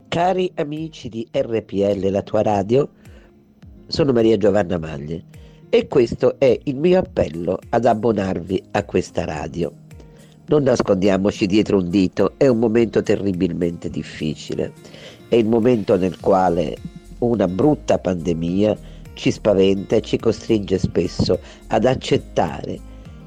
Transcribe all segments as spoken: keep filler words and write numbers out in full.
Cari amici di R P L, la tua radio, sono Maria Giovanna Maglie e questo è il mio appello ad abbonarvi a questa radio. Non nascondiamoci dietro un dito, è un momento terribilmente difficile, è il momento nel quale una brutta pandemia ci spaventa e ci costringe spesso ad accettare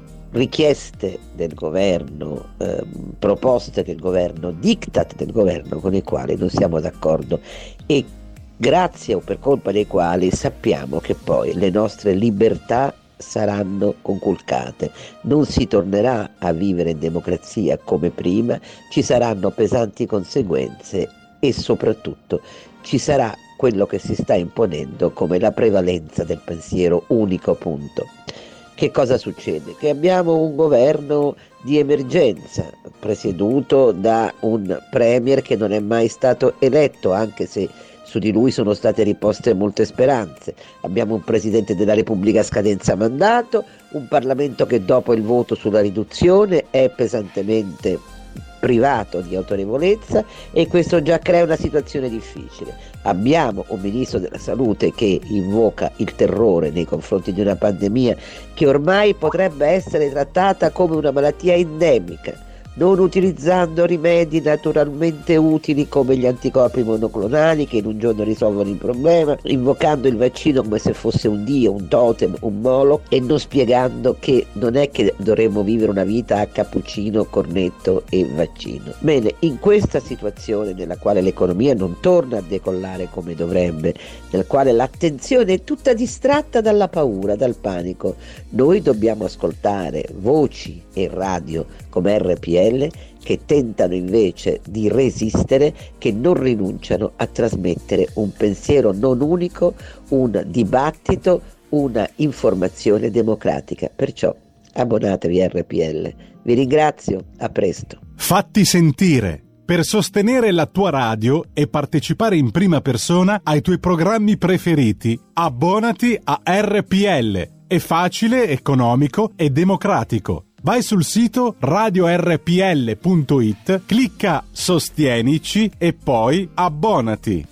richieste del governo, eh, proposte del governo, diktat del governo con i quali non siamo d'accordo e grazie o per colpa dei quali sappiamo che poi le nostre libertà saranno conculcate, non si tornerà a vivere in democrazia come prima, ci saranno pesanti conseguenze e soprattutto ci sarà quello che si sta imponendo come la prevalenza del pensiero unico, punto. Che cosa succede? Che abbiamo un governo di emergenza presieduto da un premier che non è mai stato eletto, anche se su di lui sono state riposte molte speranze. Abbiamo un Presidente della Repubblica a scadenza mandato, un Parlamento che dopo il voto sulla riduzione è pesantemente privato di autorevolezza e questo già crea una situazione difficile. Abbiamo un ministro della salute che invoca il terrore nei confronti di una pandemia che ormai potrebbe essere trattata come una malattia endemica, non utilizzando rimedi naturalmente utili come gli anticorpi monoclonali che in un giorno risolvono il problema, invocando il vaccino come se fosse un dio, un totem, un moloch e non spiegando che non è che dovremmo vivere una vita a cappuccino, cornetto e vaccino. Bene, in questa situazione nella quale l'economia non torna a decollare come dovrebbe, nel quale l'attenzione è tutta distratta dalla paura, dal panico, noi dobbiamo ascoltare voci e radio come R P L che tentano invece di resistere, che non rinunciano a trasmettere un pensiero non unico, un dibattito, una informazione democratica. Perciò abbonatevi a R P L. Vi ringrazio, a presto. Fatti sentire. Per sostenere la tua radio e partecipare in prima persona ai tuoi programmi preferiti, abbonati a R P L. È facile, economico e democratico. Vai sul sito radio erre pi elle punto it, clicca Sostienici e poi abbonati.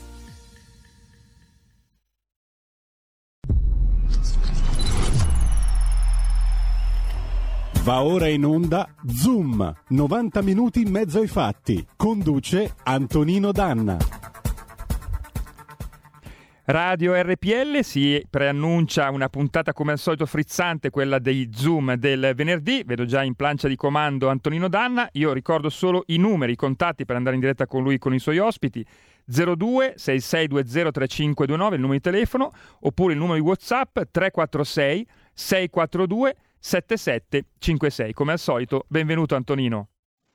Va ora in onda Zoom, novanta minuti in mezzo ai fatti. Conduce Antonino Danna. Radio R P L si preannuncia una puntata come al solito frizzante, quella dei Zoom del venerdì. Vedo già in plancia di comando Antonino Danna. Io ricordo solo i numeri, i contatti per andare in diretta con lui, con i suoi ospiti: zero due sei sei due zero tre cinque due nove, il numero di telefono, oppure il numero di WhatsApp tre quattro sei sei quattro due sette sette cinque sei. Come al solito, benvenuto Antonino.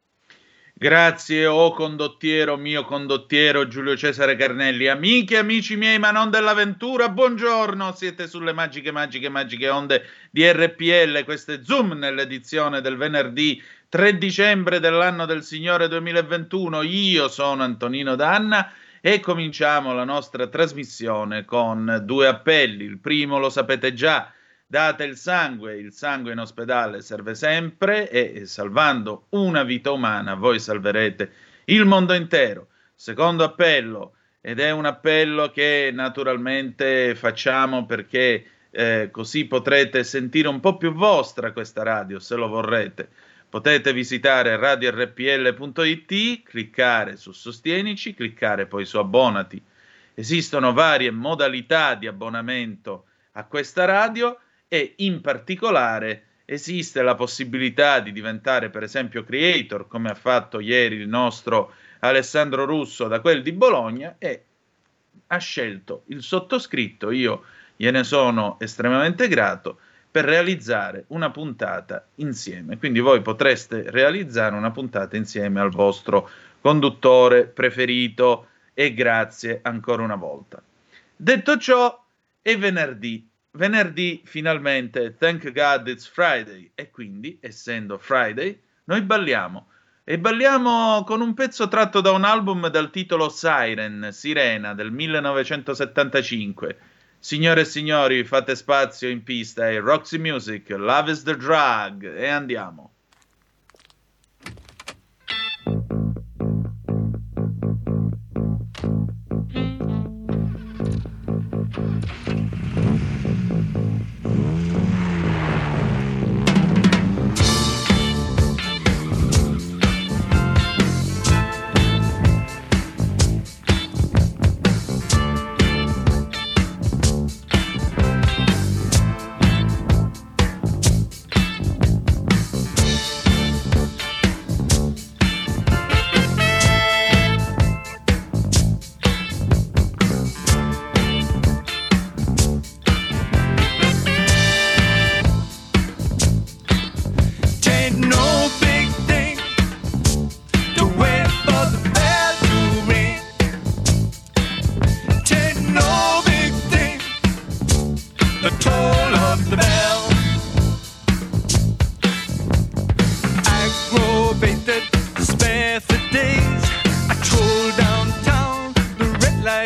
Grazie, o condottiero, mio condottiero Giulio Cesare Carnelli. Amiche e amici miei, ma non dell'avventura, buongiorno, siete sulle magiche, magiche, magiche onde di R P L. Questo è Zoom nell'edizione del venerdì tre dicembre dell'anno del Signore duemilaventuno. Io sono Antonino Danna e cominciamo la nostra trasmissione con due appelli. Il primo lo sapete già: date il sangue, il sangue in ospedale serve sempre e salvando una vita umana voi salverete il mondo intero. Secondo appello, ed è un appello che naturalmente facciamo perché eh, così potrete sentire un po' più vostra questa radio, se lo vorrete. Potete visitare radio erre pi elle punto it, cliccare su Sostienici, cliccare poi su Abbonati. Esistono varie modalità di abbonamento a questa radio e in particolare esiste la possibilità di diventare per esempio creator, come ha fatto ieri il nostro Alessandro Russo da quel di Bologna, e ha scelto il sottoscritto, io gliene sono estremamente grato, per realizzare una puntata insieme. Quindi voi potreste realizzare una puntata insieme al vostro conduttore preferito e grazie ancora una volta. Detto ciò, è venerdì. Venerdì finalmente, thank God it's Friday, e quindi, essendo Friday, noi balliamo. E balliamo con un pezzo tratto da un album dal titolo Siren, Sirena, del millenovecentosettantacinque. Signore e signori, fate spazio in pista ai Roxy Music, Love is the Drug, e andiamo.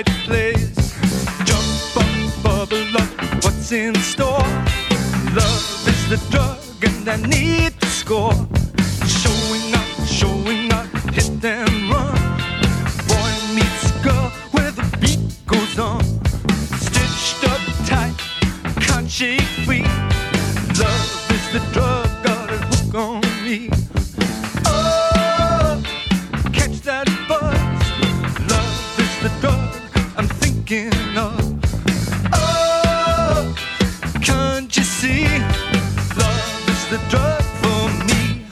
right place. Jump up, bubble up, what's in store? Love is the drug and I need to score. Showing up, showing up, hit and run. Boy meets girl where the beat goes on. Stitched up tight, can't shake free. Love is the drug, got a hook on me. Oh, catch that buzz. Love is the drug I'm thinking of. Oh, can't you see? Love is the drug for me.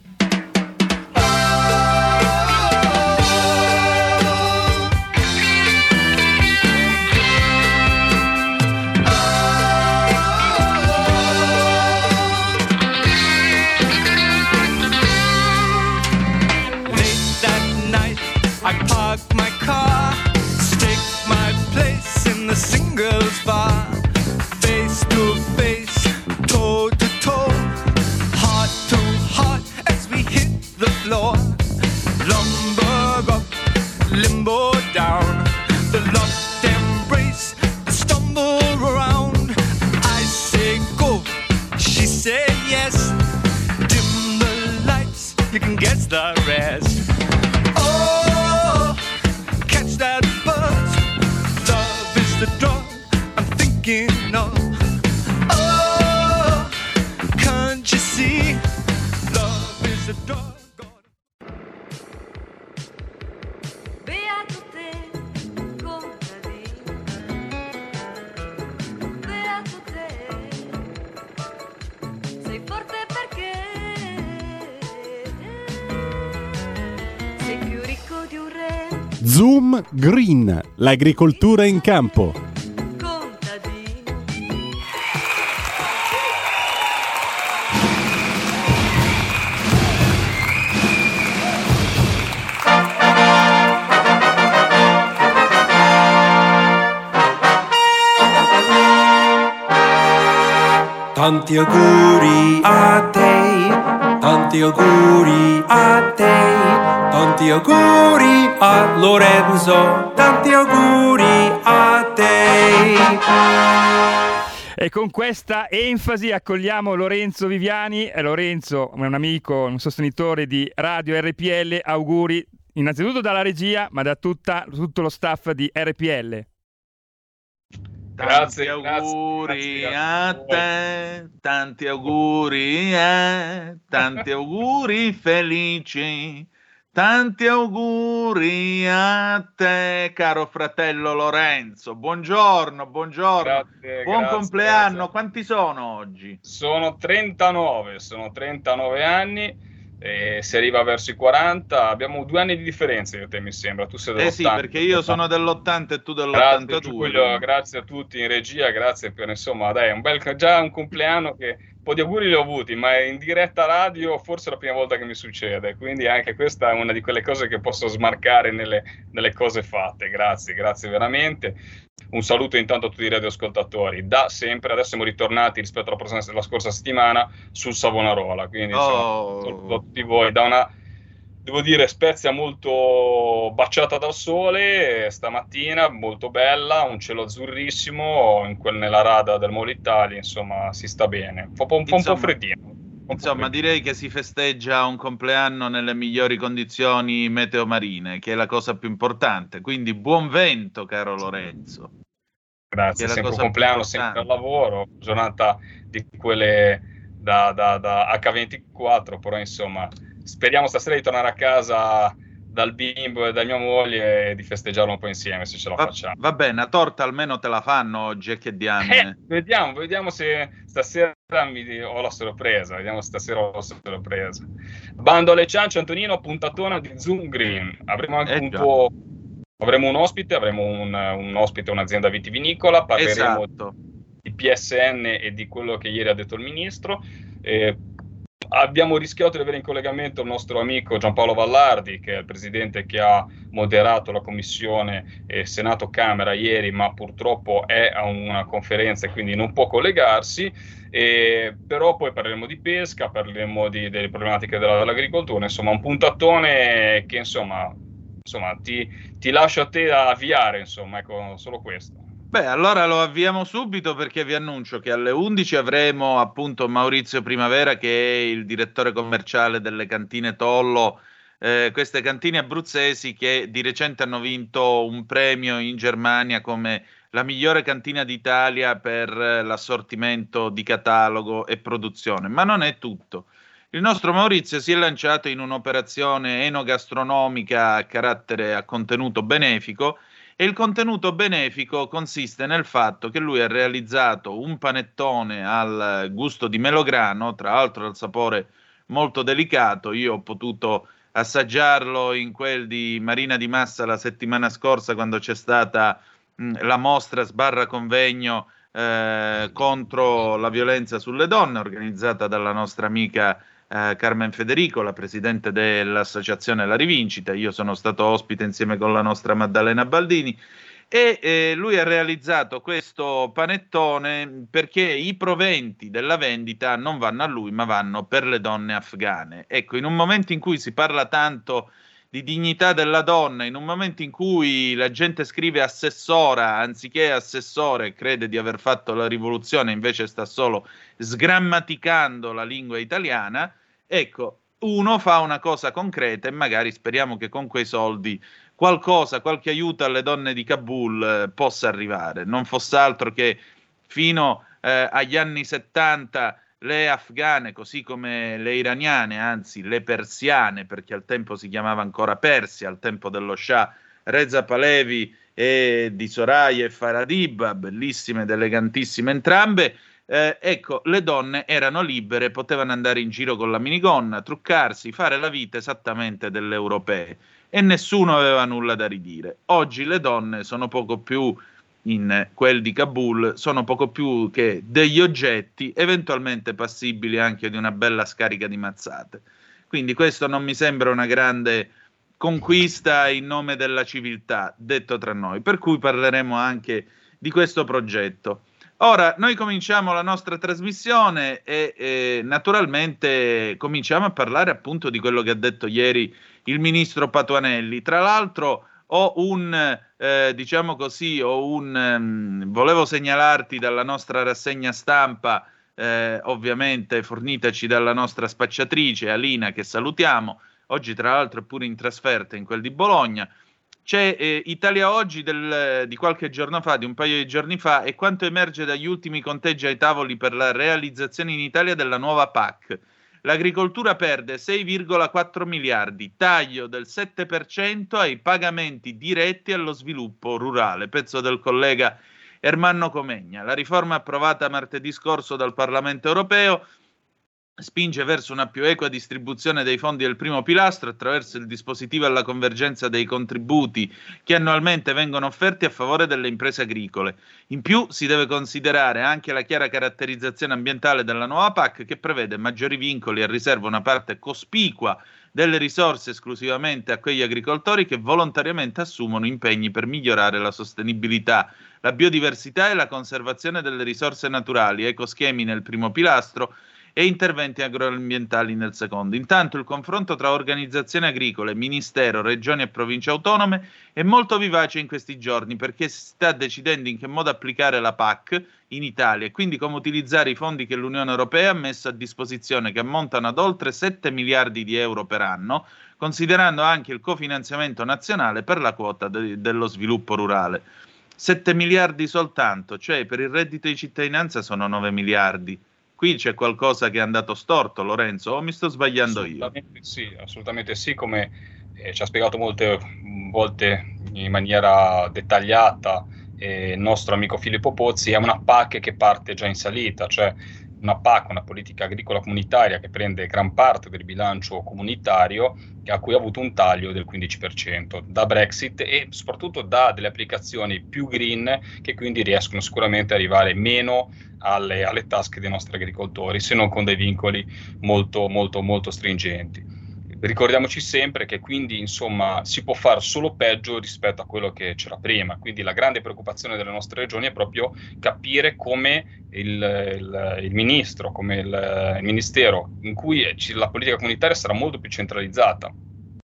I park my car, stake my place in the singles bar. Face to face, toe to toe, heart to heart as we hit the floor. Lumber up, limbo down, the locked embrace, the stumble around. I say go, she say yes. Dim the lights, you can guess the rest. That buzz, love is the drug I'm thinking of. Oh, can't you see? Love is the drug. Beato te, contadino. Beato te, sei forte perché sei più ricco di un re. Zoom Green, l'agricoltura in campo. Tanti auguri a te, tanti auguri a te, tanti auguri a Lorenzo, tanti auguri a te. E con questa enfasi accogliamo Lorenzo Viviani. Lorenzo, un amico, un sostenitore di Radio R P L, auguri innanzitutto dalla regia, ma da tutta, tutto lo staff di R P L. Tanti grazie, auguri grazie, a te, tanti auguri a, tanti auguri felici, tanti auguri a te, caro fratello Lorenzo. Buongiorno, buongiorno, grazie, buon grazie, compleanno. Grazie. Quanti sono oggi? Sono trentanove, sono trentanove anni. E si arriva verso i quaranta, abbiamo due anni di differenza io te mi sembra, tu sei dell'ottanta. Eh sì, perché io sono dell'ottanta e tu dell'ottantadue. Grazie Giulio, grazie a tutti in regia, grazie per insomma, dai, un bel, già un compleanno che un po' di auguri li ho avuti, ma in diretta radio forse è la prima volta che mi succede, quindi anche questa è una di quelle cose che posso smarcare nelle, nelle cose fatte. Grazie, grazie veramente. Un saluto intanto a tutti i radioascoltatori, da sempre. Adesso siamo ritornati rispetto alla, prossima, alla scorsa settimana sul Savonarola, quindi oh. insomma, saluto a tutti voi da una, devo dire, Spezia molto baciata dal sole stamattina, molto bella, un cielo azzurrissimo in quel, nella rada del Mall Italia, insomma si sta bene, un po', un po', un po' freddino. Insomma, direi che si festeggia un compleanno nelle migliori condizioni meteo marine, che è la cosa più importante. Quindi buon vento, caro Lorenzo. Grazie, sempre un compleanno, sempre al lavoro, giornata di quelle da, da, da acca ventiquattro, però insomma speriamo stasera di tornare a casa dal bimbo e da mia moglie e di festeggiarlo un po' insieme, se ce la va, facciamo. Va bene, a torta almeno te la fanno oggi, e che diamine. Eh, vediamo, vediamo se stasera mi ho la sorpresa, vediamo se stasera ho la sorpresa. Bando alle ciance, Antonino, puntatona di Zoom Green. Avremo anche eh, un po'... Avremo un ospite, avremo un, un ospite, un'azienda vitivinicola, parleremo esatto. di P S N e di quello che ieri ha detto il ministro. Eh, abbiamo rischiato di avere in collegamento il nostro amico Giampaolo Vallardi, che è il presidente che ha moderato la commissione eh, Senato-Camera ieri, ma purtroppo è a una conferenza e quindi non può collegarsi. Eh, però poi parleremo di pesca, parleremo di, delle problematiche della, dell'agricoltura, insomma un puntatone che insomma insomma, ti, ti lascio a te avviare, insomma, ecco, solo questo. Beh, allora lo avviamo subito perché vi annuncio che alle undici avremo appunto Maurizio Primavera, che è il direttore commerciale delle cantine Tollo, eh, queste cantine abruzzesi che di recente hanno vinto un premio in Germania come la migliore cantina d'Italia per eh, l'assortimento di catalogo e produzione. Ma non è tutto. Il nostro Maurizio si è lanciato in un'operazione enogastronomica a carattere a contenuto benefico. E il contenuto benefico consiste nel fatto che lui ha realizzato un panettone al gusto di melograno, tra l'altro dal sapore molto delicato. Io ho potuto assaggiarlo in quel di Marina di Massa la settimana scorsa, quando c'è stata mh, la mostra sbarra convegno eh, contro la violenza sulle donne, organizzata dalla nostra amica eh, Carmen Federico, la presidente dell'associazione La Rivincita. Io sono stato ospite insieme con la nostra Maddalena Baldini e eh, lui ha realizzato questo panettone perché i proventi della vendita non vanno a lui ma vanno per le donne afghane. Ecco, in un momento in cui si parla tanto di dignità della donna, in un momento in cui la gente scrive assessora anziché assessore, crede di aver fatto la rivoluzione, invece sta solo sgrammaticando la lingua italiana, ecco, uno fa una cosa concreta e magari speriamo che con quei soldi qualcosa, qualche aiuto alle donne di Kabul eh, possa arrivare. Non fosse altro che fino eh, agli anni settanta le afghane, così come le iraniane, anzi le persiane, perché al tempo si chiamava ancora Persia, al tempo dello Shah Reza Pahlavi e di Soraya e Faradiba, bellissime ed elegantissime entrambe, eh, ecco, le donne erano libere, potevano andare in giro con la minigonna, truccarsi, fare la vita esattamente delle europee e nessuno aveva nulla da ridire. Oggi le donne sono poco più, in quel di Kabul, sono poco più che degli oggetti, eventualmente passibili anche di una bella scarica di mazzate. Quindi questo non mi sembra una grande conquista in nome della civiltà, detto tra noi, per cui parleremo anche di questo progetto. Ora, noi cominciamo la nostra trasmissione e eh, naturalmente cominciamo a parlare appunto di quello che ha detto ieri il ministro Patuanelli. Tra l'altro ho un, eh, diciamo così, ho un, um, volevo segnalarti dalla nostra rassegna stampa, eh, ovviamente fornitaci dalla nostra spacciatrice Alina, che salutiamo, oggi tra l'altro è pure in trasferta in quel di Bologna. C'è eh, Italia Oggi del, di qualche giorno fa, di un paio di giorni fa, e quanto emerge dagli ultimi conteggi ai tavoli per la realizzazione in Italia della nuova P A C. L'agricoltura perde sei virgola quattro miliardi, taglio del sette per cento ai pagamenti diretti allo sviluppo rurale. Pezzo del collega Ermanno Comegna. La riforma approvata martedì scorso dal Parlamento europeo spinge verso una più equa distribuzione dei fondi del primo pilastro attraverso il dispositivo alla convergenza dei contributi che annualmente vengono offerti a favore delle imprese agricole. In più si deve considerare anche la chiara caratterizzazione ambientale della nuova P A C, che prevede maggiori vincoli e riserva una parte cospicua delle risorse esclusivamente a quegli agricoltori che volontariamente assumono impegni per migliorare la sostenibilità, la biodiversità e la conservazione delle risorse naturali, ecoschemi nel primo pilastro e interventi agroambientali nel secondo. Intanto il confronto tra organizzazioni agricole, ministero, regioni e province autonome è molto vivace in questi giorni, perché si sta decidendo in che modo applicare la P A C in Italia e quindi come utilizzare i fondi che l'Unione Europea ha messo a disposizione, che ammontano ad oltre sette miliardi di euro per anno, considerando anche il cofinanziamento nazionale per la quota de- dello sviluppo rurale. sette miliardi soltanto, cioè per il reddito di cittadinanza sono nove miliardi. Qui c'è qualcosa che è andato storto, Lorenzo, o mi sto sbagliando io? Assolutamente sì, assolutamente sì, come eh, ci ha spiegato molte volte in maniera dettagliata eh, il nostro amico Filippo Pozzi, è una P A C che parte già in salita, cioè una P A C, una politica agricola comunitaria che prende gran parte del bilancio comunitario, a cui ha avuto un taglio del quindici per cento da Brexit e soprattutto da delle applicazioni più green, che quindi riescono sicuramente ad arrivare meno alle, alle tasche dei nostri agricoltori, se non con dei vincoli molto molto molto stringenti. Ricordiamoci sempre che quindi insomma si può fare solo peggio rispetto a quello che c'era prima, quindi la grande preoccupazione delle nostre regioni è proprio capire come il, il, il ministro, come il, il ministero in cui la politica comunitaria sarà molto più centralizzata,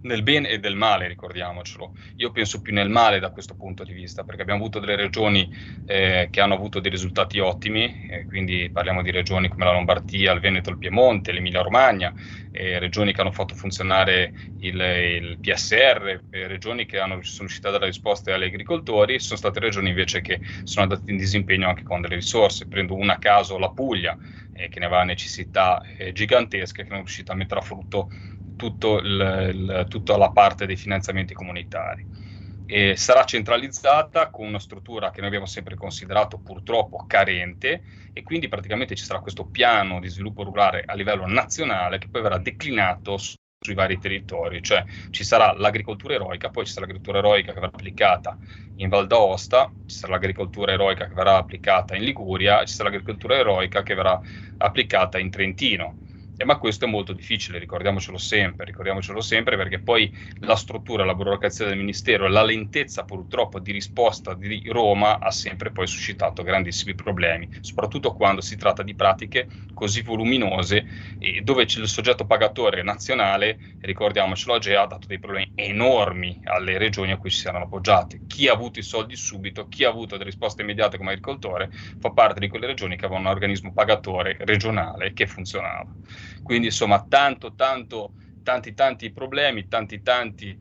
nel bene e del male, ricordiamocelo. Io penso più nel male da questo punto di vista, perché abbiamo avuto delle regioni eh, che hanno avuto dei risultati ottimi, eh, quindi parliamo di regioni come la Lombardia, il Veneto, il Piemonte, l'Emilia Romagna, eh, regioni che hanno fatto funzionare il, il P S R, eh, regioni che hanno, sono riuscite a dare risposte agli agricoltori, sono state regioni invece che sono andate in disimpegno anche con delle risorse. Prendo una a caso, la Puglia, eh, che ne aveva necessità eh, gigantesche, che non è riuscita a mettere a frutto tutto il, il, tutta la parte dei finanziamenti comunitari. E sarà centralizzata con una struttura che noi abbiamo sempre considerato purtroppo carente, e quindi praticamente ci sarà questo piano di sviluppo rurale a livello nazionale che poi verrà declinato su, sui vari territori, cioè ci sarà l'agricoltura eroica, poi ci sarà l'agricoltura eroica che verrà applicata in Val d'Aosta, ci sarà l'agricoltura eroica che verrà applicata in Liguria, ci sarà l'agricoltura eroica che verrà applicata in Trentino. Eh, ma questo è molto difficile, ricordiamocelo sempre, ricordiamocelo sempre, perché poi la struttura, la burocrazia del Ministero e la lentezza purtroppo di risposta di Roma ha sempre poi suscitato grandissimi problemi, soprattutto quando si tratta di pratiche così voluminose e dove c'è il soggetto pagatore nazionale, ricordiamocelo, oggi ha dato dei problemi enormi alle regioni a cui si erano appoggiate. Chi ha avuto i soldi subito, chi ha avuto delle risposte immediate come agricoltore, fa parte di quelle regioni che avevano un organismo pagatore regionale che funzionava. Quindi insomma tanto tanto tanti tanti problemi, tanti tanti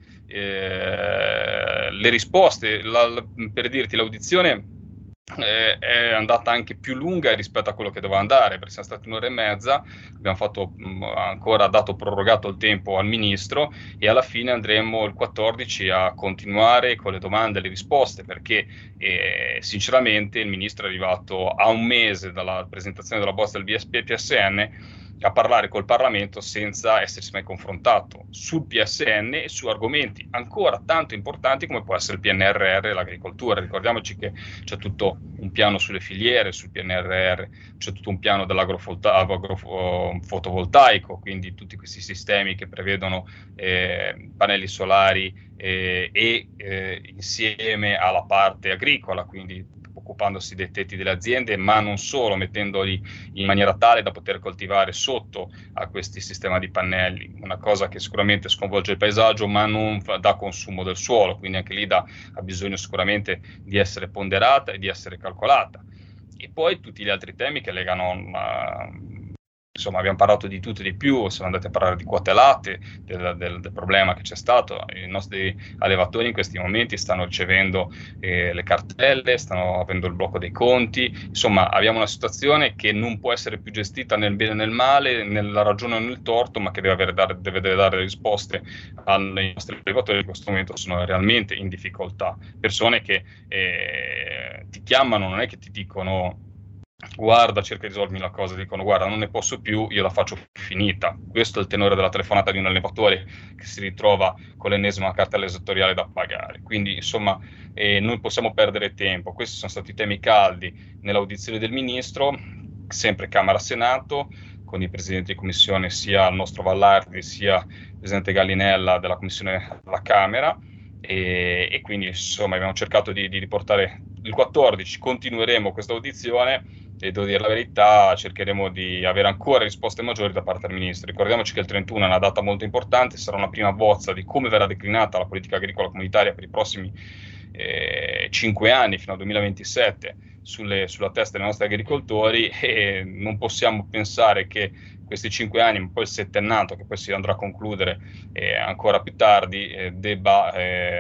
eh, le risposte, la, la, per dirti l'audizione eh, è andata anche più lunga rispetto a quello che doveva andare, perché siamo stati un'ora e mezza, abbiamo fatto mh, ancora dato prorogato il tempo al ministro, e alla fine andremo il quattordici a continuare con le domande e le risposte, perché eh, sinceramente il ministro è arrivato a un mese dalla presentazione della bozza del P S N a parlare col Parlamento senza essersi mai confrontato sul P S N e su argomenti ancora tanto importanti come può essere il P N R R e l'agricoltura. Ricordiamoci che c'è tutto un piano sulle filiere, sul P N R R c'è tutto un piano dell'agrofotovoltaico, quindi tutti questi sistemi che prevedono eh, pannelli solari eh, e eh, insieme alla parte agricola, quindi occupandosi dei tetti delle aziende, ma non solo, mettendoli in maniera tale da poter coltivare sotto a questi sistemi di pannelli, una cosa che sicuramente sconvolge il paesaggio ma non fa, dà consumo del suolo, quindi anche lì da, ha bisogno sicuramente di essere ponderata e di essere calcolata. E poi tutti gli altri temi che legano a, insomma, abbiamo parlato di tutto e di più, siamo andati a parlare di quote latte, del, del, del problema che c'è stato. I nostri allevatori in questi momenti stanno ricevendo eh, le cartelle, stanno avendo il blocco dei conti, insomma abbiamo una situazione che non può essere più gestita nel bene e nel male, nella ragione o nel torto, ma che deve, avere, dare, deve dare risposte ai nostri allevatori che in questo momento sono realmente in difficoltà. Persone che eh, ti chiamano, non è che ti dicono guarda, cerca di risolvermi la cosa, dicono guarda, non ne posso più, io la faccio finita. Questo è il tenore della telefonata di un allevatore che si ritrova con l'ennesima cartella esattoriale da pagare. Quindi insomma eh, non possiamo perdere tempo. Questi sono stati i temi caldi nell'audizione del ministro, sempre Camera-Senato, con i presidenti di commissione sia il nostro Vallardi sia il presidente Gallinella della commissione alla Camera, e, e quindi insomma abbiamo cercato di, di riportare il quattordici, continueremo questa audizione e devo dire la verità, cercheremo di avere ancora risposte maggiori da parte del ministro. Ricordiamoci che il trentuno è una data molto importante, sarà una prima bozza di come verrà declinata la politica agricola comunitaria per i prossimi eh, cinque anni fino al duemilaventisette sulle, sulla testa dei nostri agricoltori, e non possiamo pensare che questi cinque anni, ma poi il settennato che poi si andrà a concludere eh, ancora più tardi, eh, debba,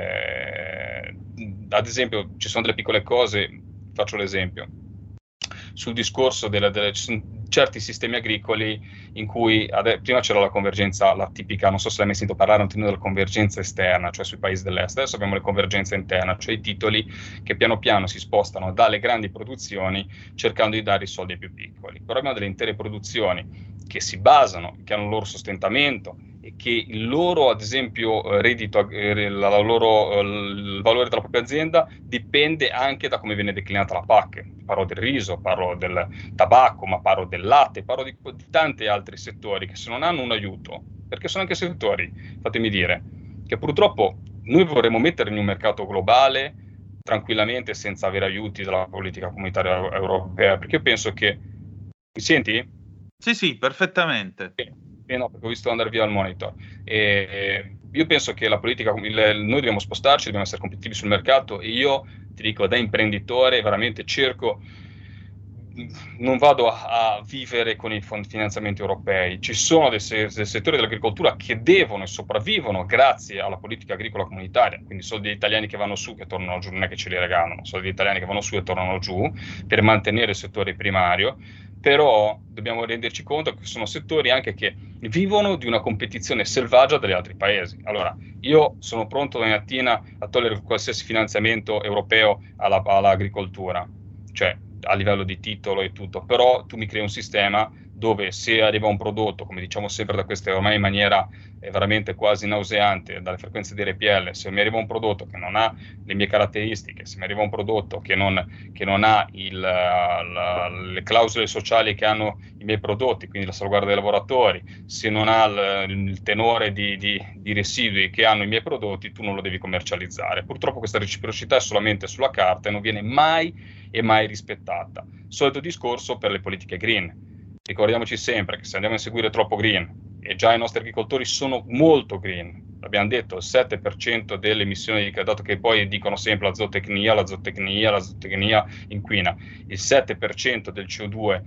eh, ad esempio ci sono delle piccole cose, faccio l'esempio, sul discorso delle, delle, ci sono certi sistemi agricoli in cui ade- prima c'era la convergenza, la tipica, non so se l'hai mai sentito parlare, un termine della convergenza esterna, cioè sui paesi dell'est. Adesso abbiamo le convergenze interne, cioè i titoli che piano piano si spostano dalle grandi produzioni cercando di dare i soldi ai più piccoli. Però abbiamo delle intere produzioni che si basano, che hanno il loro sostentamento e che il loro, ad esempio, reddito, eh, la loro, il valore della propria azienda dipende anche da come viene declinata la P A C. Parlo del riso, parlo del tabacco, ma parlo del latte, parlo di, di tanti altri settori che se non hanno un aiuto, perché sono anche settori, fatemi dire, che purtroppo noi vorremmo mettere in un mercato globale tranquillamente senza avere aiuti dalla politica comunitaria europea, perché io penso che... Mi senti? Sì, sì, perfettamente. Eh, no, perché ho visto andare via il monitor. E, io penso che la politica, il, noi dobbiamo spostarci, dobbiamo essere competitivi sul mercato, e io ti dico, da imprenditore veramente cerco, non vado a, a vivere con i finanziamenti europei. Ci sono dei, dei settori dell'agricoltura che devono e sopravvivono grazie alla politica agricola comunitaria, quindi sono degli italiani che vanno su, che tornano giù, non è che ce li regalano, sono degli italiani che vanno su e tornano giù per mantenere il settore primario. Però dobbiamo renderci conto che sono settori anche che vivono di una competizione selvaggia dagli altri paesi. Allora, io sono pronto domani mattina a togliere qualsiasi finanziamento europeo alla, all'agricoltura, cioè a livello di titolo e tutto, però tu mi crei un sistema dove, se arriva un prodotto, come diciamo sempre da queste ormai in maniera eh, veramente quasi nauseante dalle frequenze di R P L, se mi arriva un prodotto che non ha le mie caratteristiche, se mi arriva un prodotto che non, che non ha il, la, le clausole sociali che hanno i miei prodotti, quindi la salvaguardia dei lavoratori, se non ha il, il tenore di, di, di residui che hanno i miei prodotti, tu non lo devi commercializzare. Purtroppo questa reciprocità è solamente sulla carta e non viene mai e mai rispettata. Solito discorso per le politiche green. Ricordiamoci sempre che se andiamo a seguire troppo green, e già i nostri agricoltori sono molto green, abbiamo detto il sette per cento delle emissioni, di, dato che poi dicono sempre la zootecnia, la zootecnia, la zootecnia inquina, il sette per cento del C O due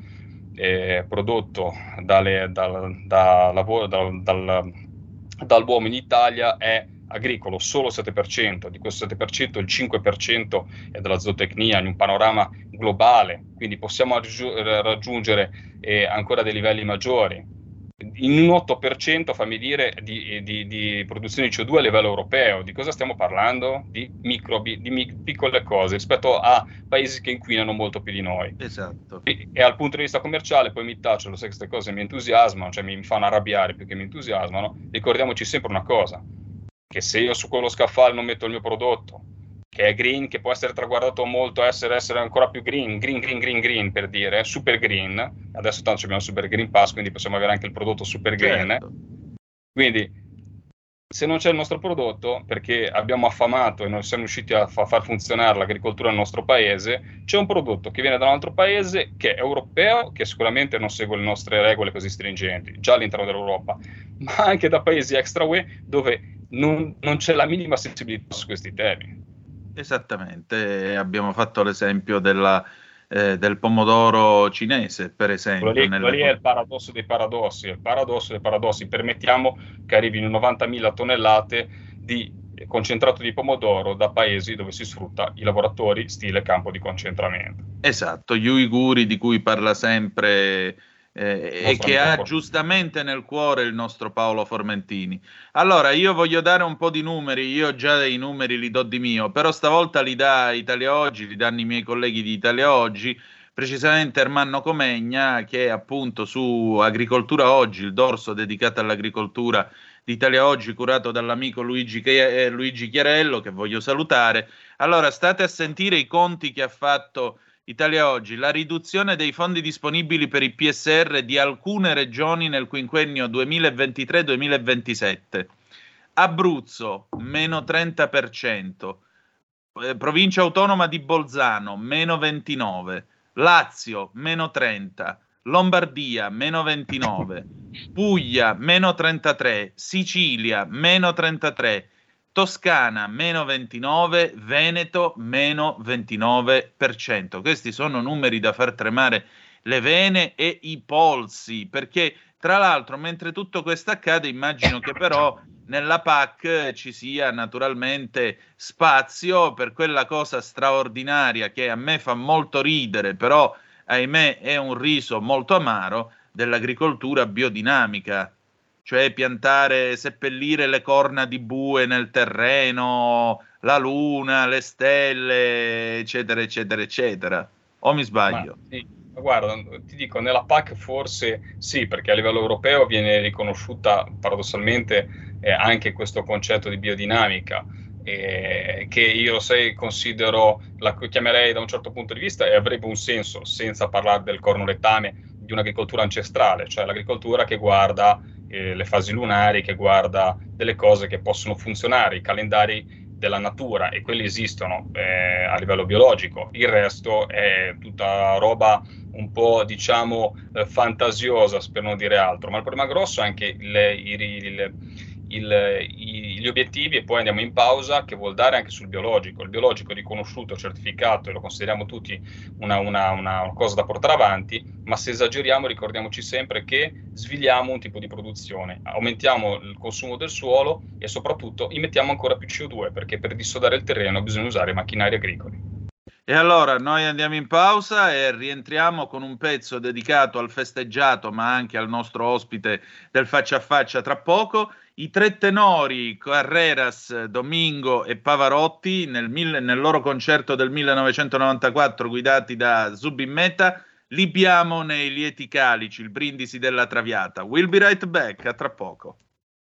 eh, prodotto dalle, dal, da, lavoro, dal, dal, dall'uomo in Italia è agricolo, solo il sette per cento, di questo sette per cento il cinque per cento è della zootecnia in un panorama globale, quindi possiamo raggiungere eh, ancora dei livelli maggiori. In un otto per cento, fammi dire, di, di, di produzione di C O due a livello europeo. Di cosa stiamo parlando? Di microbi, di mi, piccole cose rispetto a paesi che inquinano molto più di noi. Esatto. E, e dal punto di vista commerciale, poi mi taccio, lo sai che queste cose mi entusiasmano, cioè mi, mi fanno arrabbiare più che mi entusiasmano. Ricordiamoci sempre una cosa, che se io su quello scaffale non metto il mio prodotto, che è green, che può essere traguardato molto a essere, essere ancora più green, green, green, green, green, per dire, super green, adesso tanto abbiamo super green pass, quindi possiamo avere anche il prodotto super green, certo. Quindi se non c'è il nostro prodotto, perché abbiamo affamato e non siamo riusciti a fa- far funzionare l'agricoltura nel nostro paese, c'è un prodotto che viene da un altro paese, che è europeo, che sicuramente non segue le nostre regole così stringenti, già all'interno dell'Europa, ma anche da paesi extra U E, dove non, non c'è la minima sensibilità su questi temi. Esattamente, abbiamo fatto l'esempio della, eh, del pomodoro cinese, per esempio. Quello lì, nelle... quello lì è il paradosso dei paradossi, il paradosso dei paradossi. Permettiamo che arrivino novantamila tonnellate di concentrato di pomodoro da paesi dove si sfrutta i lavoratori, stile campo di concentramento. Esatto, gli uiguri di cui parla sempre eh, e che ha giustamente nel cuore il nostro Paolo Formentini. Allora, io voglio dare un po' di numeri, io già i numeri li do di mio, però stavolta li dà Italia Oggi, li danno i miei colleghi di Italia Oggi, precisamente Ermanno Comegna, che è appunto su Agricoltura Oggi, il dorso dedicato all'agricoltura di Italia Oggi, curato dall'amico Luigi, eh, Luigi Chiarello, che voglio salutare. Allora, state a sentire i conti che ha fatto Italia Oggi: la riduzione dei fondi disponibili per i P S R di alcune regioni nel quinquennio duemilaventitré duemilaventisette. Abruzzo, meno trenta per cento, eh, provincia autonoma di Bolzano, meno ventinove, Lazio, meno trenta, Lombardia, meno ventinove, Puglia, meno trentatré, Sicilia, meno trentatré, Toscana meno ventinove, Veneto meno ventinove per cento. Questi sono numeri da far tremare le vene e i polsi, perché tra l'altro mentre tutto questo accade immagino che però nella P A C ci sia naturalmente spazio per quella cosa straordinaria che a me fa molto ridere, però ahimè è un riso molto amaro, dell'agricoltura biodinamica. Cioè piantare, seppellire le corna di bue nel terreno, la luna, le stelle, eccetera, eccetera, eccetera. O mi sbaglio? Ma, sì, guarda, ti dico, nella P A C forse sì, perché a livello europeo viene riconosciuta paradossalmente eh, anche questo concetto di biodinamica, eh, che io, sai, considero, la chiamerei da un certo punto di vista, e avrebbe un senso, senza parlare del cornoletame, di un'agricoltura ancestrale, cioè l'agricoltura che guarda le fasi lunari, che guarda delle cose che possono funzionare, i calendari della natura, e quelli esistono eh, a livello biologico. Il resto è tutta roba un po', diciamo, eh, fantasiosa, per non dire altro. Ma il problema grosso è anche il, il, il, il, i, gli obiettivi e poi andiamo in pausa, che vuol dare anche sul biologico. Il biologico è riconosciuto, certificato e lo consideriamo tutti una, una, una cosa da portare avanti, ma se esageriamo ricordiamoci sempre che sviliamo un tipo di produzione, aumentiamo il consumo del suolo e soprattutto immettiamo ancora più C O due, perché per dissodare il terreno bisogna usare macchinari agricoli. E allora noi andiamo in pausa e rientriamo con un pezzo dedicato al festeggiato, ma anche al nostro ospite del Faccia a Faccia tra poco. I tre tenori Carreras, Domingo e Pavarotti nel, mille, nel loro concerto del millenovecentonovantaquattro guidati da Zubin Mehta, libiamo nei lieti calici, il brindisi della Traviata. We'll be right back, a tra poco.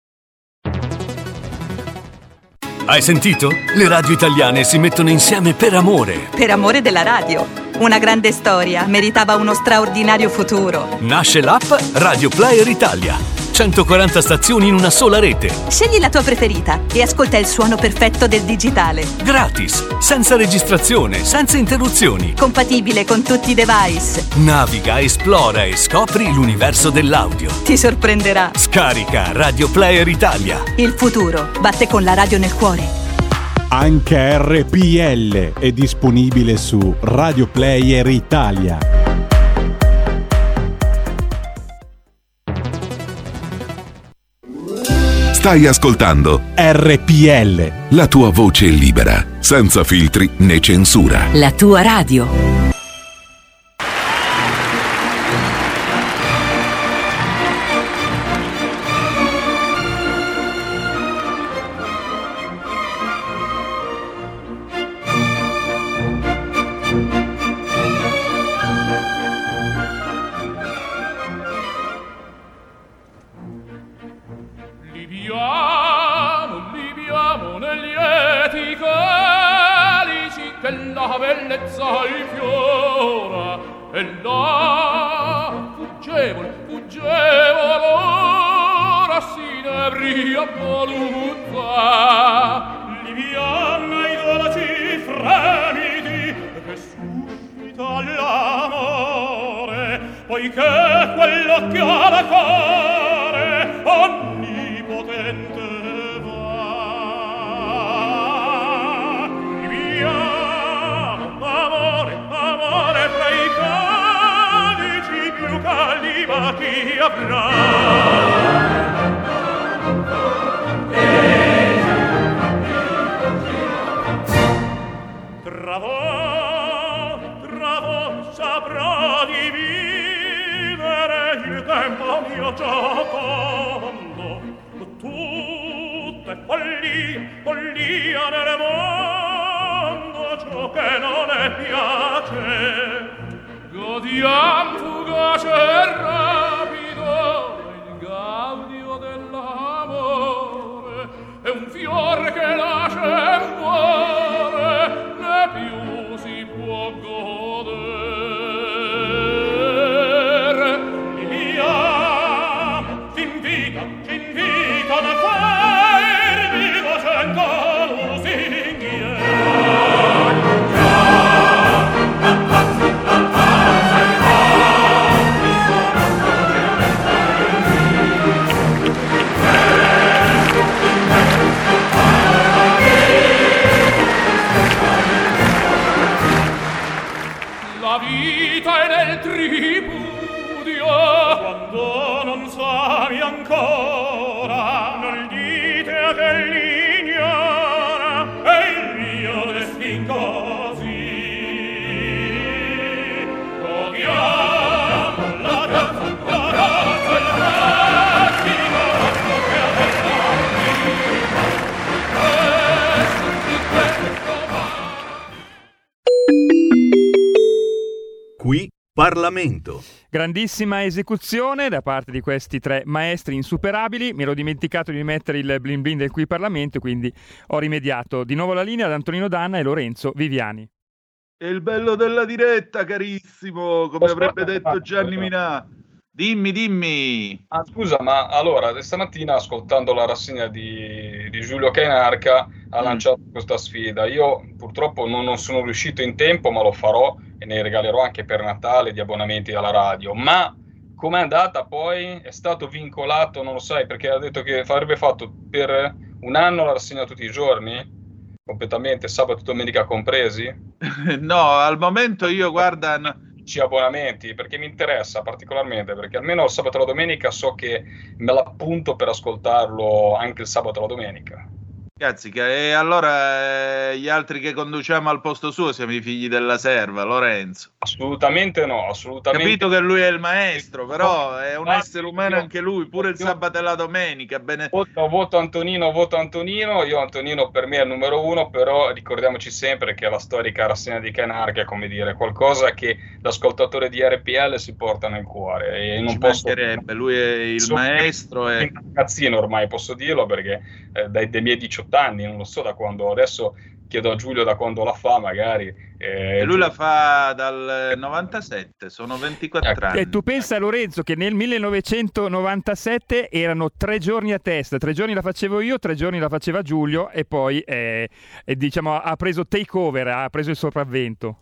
Hai sentito? Le radio italiane si mettono insieme per amore. Per amore della radio. Una grande storia meritava uno straordinario futuro. Nasce l'app Radio Player Italia. centoquaranta stazioni in una sola rete. Scegli la tua preferita e ascolta il suono perfetto del digitale. Gratis, senza registrazione, senza interruzioni. Compatibile con tutti i device. Naviga, esplora e scopri l'universo dell'audio. Ti sorprenderà. Scarica Radio Player Italia. Il futuro batte con la radio nel cuore. Anche R P L è disponibile su Radio Player Italia. Stai ascoltando R P L, la tua voce libera, senza filtri né censura. La tua radio. Qui Parlamento. Grandissima esecuzione da parte di questi tre maestri insuperabili. Mi ero dimenticato di mettere il blin blin del Qui Parlamento, quindi ho rimediato. Di nuovo la linea ad Antonino Danna e Lorenzo Viviani. È il bello della diretta, carissimo, come avrebbe detto Gianni Minà. Dimmi, dimmi. Ah, scusa, ma allora, stamattina ascoltando la rassegna di, di Giulio Cainarca ha mm. lanciato questa sfida. Io purtroppo non, non sono riuscito in tempo, ma lo farò e ne regalerò anche per Natale di abbonamenti alla radio. Ma com'è andata poi? È stato vincolato, non lo sai, perché ha detto che avrebbe fatto per un anno la rassegna tutti i giorni? Completamente, sabato e domenica compresi? No, al momento io guarda... No. Ci abbonamenti, perché mi interessa particolarmente, perché almeno il sabato e la domenica so che me l'appunto per ascoltarlo anche il sabato e la domenica. Cazzica, e allora eh, gli altri che conduciamo al posto suo siamo i figli della serva, Lorenzo. Assolutamente no, assolutamente. Capito che lui è il maestro, però è un essere umano anche lui, pure il sabato e la domenica. Bene. Voto, voto Antonino, voto Antonino, io Antonino per me è il numero uno, però ricordiamoci sempre che la storica rassegna di Canarca è, come dire, qualcosa che l'ascoltatore di R P L si porta nel cuore. E non Ci posso... mancherebbe, lui è il Sono maestro. È E... un cazzino ormai, posso dirlo, perché eh, dai, dai miei diciotto anni, non lo so da quando, adesso chiedo a Giulio da quando la fa magari. Eh, e lui la fa dal novantasette, sono ventiquattro ecco. anni. E tu pensa, Lorenzo, che nel millenovecentonovantasette erano tre giorni a testa, tre giorni la facevo io, tre giorni la faceva Giulio e poi eh, eh, diciamo ha preso take over, ha preso il sopravvento.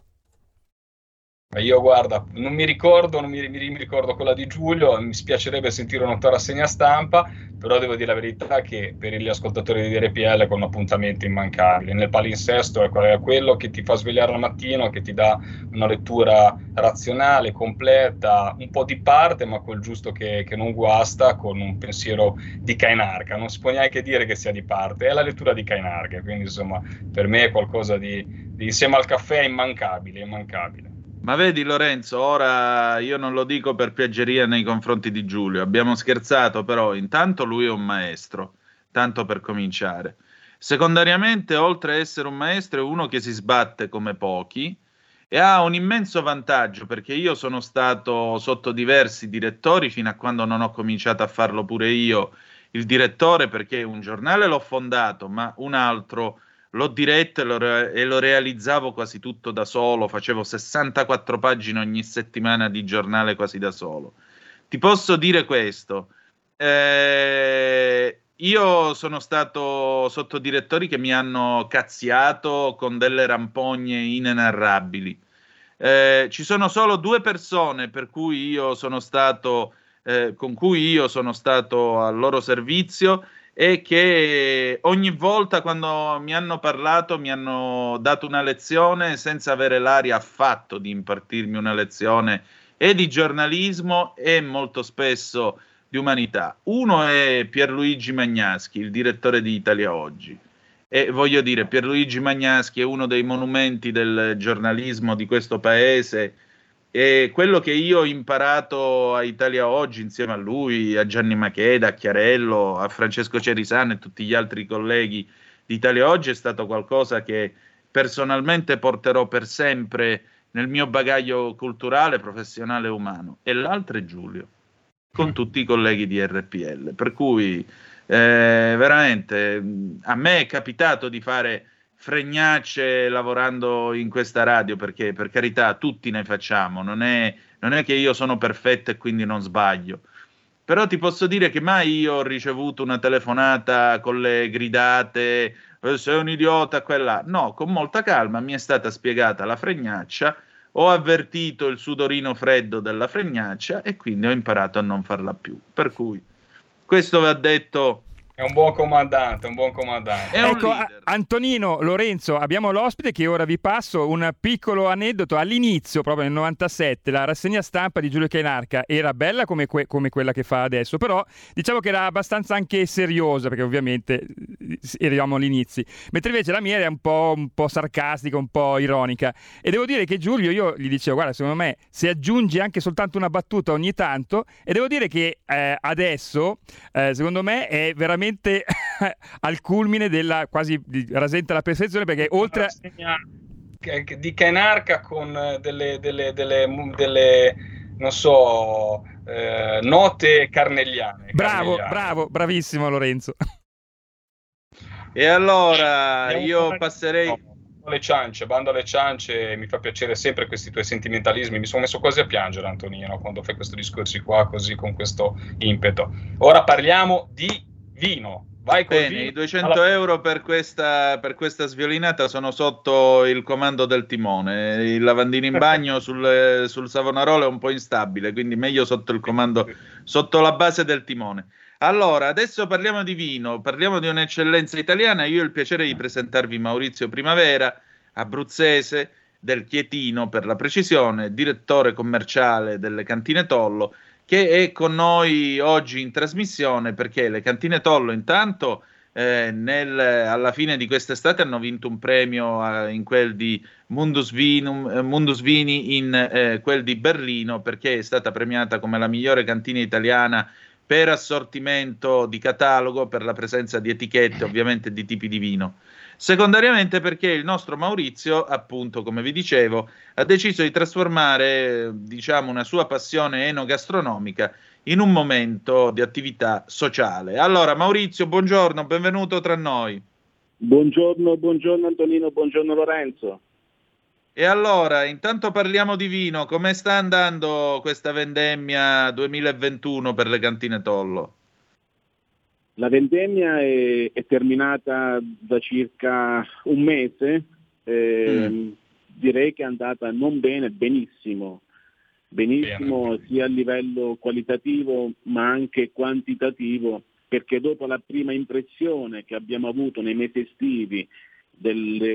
Io guarda, non mi ricordo, non mi, mi, mi ricordo quella di Giulio, mi spiacerebbe sentire una tua rassegna stampa, però devo dire la verità che per gli ascoltatori di R P L è un appuntamento immancabile. Nel palinsesto è quello che ti fa svegliare al mattino, che ti dà una lettura razionale, completa, un po' di parte, ma quel giusto che, che non guasta, con un pensiero di Cainarca. Non si può neanche dire che sia di parte, è la lettura di Cainarca, quindi insomma per me è qualcosa di, di insieme al caffè immancabile, immancabile. Ma vedi Lorenzo, ora io non lo dico per piaggeria nei confronti di Giulio, abbiamo scherzato, però intanto lui è un maestro, tanto per cominciare. Secondariamente, oltre a essere un maestro, è uno che si sbatte come pochi e ha un immenso vantaggio, perché io sono stato sotto diversi direttori fino a quando non ho cominciato a farlo pure io, il direttore, perché un giornale l'ho fondato, ma un altro... l'ho diretto e lo, re- e lo realizzavo quasi tutto da solo, facevo sessantaquattro pagine ogni settimana di giornale quasi da solo. Ti posso dire questo, eh, io sono stato sotto direttori che mi hanno cazziato con delle rampogne inenarrabili. Eh, ci sono solo due persone per cui io sono stato, eh, con cui io sono stato al loro servizio, e che ogni volta quando mi hanno parlato mi hanno dato una lezione senza avere l'aria affatto di impartirmi una lezione e di giornalismo e molto spesso di umanità. Uno è Pierluigi Magnaschi, il direttore di Italia Oggi, e voglio dire, Pierluigi Magnaschi è uno dei monumenti del giornalismo di questo paese. E quello che io ho imparato a Italia Oggi insieme a lui, a Gianni Macheda, a Chiarello, a Francesco Cerisano e tutti gli altri colleghi di Italia Oggi è stato qualcosa che personalmente porterò per sempre nel mio bagaglio culturale, professionale e umano. E l'altro è Giulio, con tutti i colleghi di R P L. Per cui eh, veramente a me è capitato di fare fregnacce lavorando in questa radio, perché per carità tutti ne facciamo, non è, non è che io sono perfetto e quindi non sbaglio, però ti posso dire che mai io ho ricevuto una telefonata con le gridate eh, sei un idiota, quella no, con molta calma mi è stata spiegata la fregnaccia, ho avvertito il sudorino freddo della fregnaccia e quindi ho imparato a non farla più, per cui questo va detto. È un buon comandante, un buon comandante. Ecco, a- Antonino, Lorenzo, abbiamo l'ospite che ora vi passo un piccolo aneddoto. All'inizio, proprio nel novantasette, la rassegna stampa di Giulio Cainarca era bella come, que- come quella che fa adesso, però diciamo che era abbastanza anche seriosa, perché ovviamente eravamo agli inizi, mentre invece la mia era un po', un po' sarcastica, un po' ironica. E devo dire che Giulio, io gli dicevo, guarda, secondo me se aggiungi anche soltanto una battuta ogni tanto, e devo dire che eh, adesso, eh, secondo me, è veramente al culmine della quasi rasenta la perfezione, perché oltre a... di Cainarca con delle, delle, delle, delle non so eh, note carnelliane. Bravo, carnelliane. bravo, bravissimo Lorenzo. E allora io passerei no, le ciance, bando alle ciance, mi fa piacere sempre questi tuoi sentimentalismi, mi sono messo quasi a piangere Antonino quando fai questi discorsi qua così con questo impeto. Ora parliamo di vino. Vai col Bene, vino. i duecento Alla- euro per questa, per questa sviolinata sono sotto il comando del timone. Il lavandino in bagno sul, sul Savonarola è un po' instabile, quindi meglio sotto il comando, sotto la base del timone. Allora, adesso parliamo di vino, parliamo di un'eccellenza italiana. Io ho il piacere di presentarvi Maurizio Primavera, abruzzese, del Chietino per la precisione, direttore commerciale delle Cantine Tollo, che è con noi oggi in trasmissione perché le Cantine Tollo intanto eh, nel, alla fine di quest'estate hanno vinto un premio eh, in quel di Mundus, Vinum, eh, Mundus Vini in eh, quel di Berlino, perché è stata premiata come la migliore cantina italiana per assortimento di catalogo, per la presenza di etichette ovviamente di tipi di vino. Secondariamente perché il nostro Maurizio, appunto, come vi dicevo, ha deciso di trasformare, diciamo, una sua passione enogastronomica in un momento di attività sociale. Allora, Maurizio, buongiorno, benvenuto tra noi. Buongiorno, buongiorno Antonino, buongiorno Lorenzo. E allora, intanto parliamo di vino. Come sta andando questa vendemmia duemilaventuno per le Cantine Tollo? La vendemmia è, è terminata da circa un mese, eh, mm. direi che è andata non bene, benissimo, benissimo bene. Sia a livello qualitativo ma anche quantitativo, perché dopo la prima impressione che abbiamo avuto nei mesi estivi delle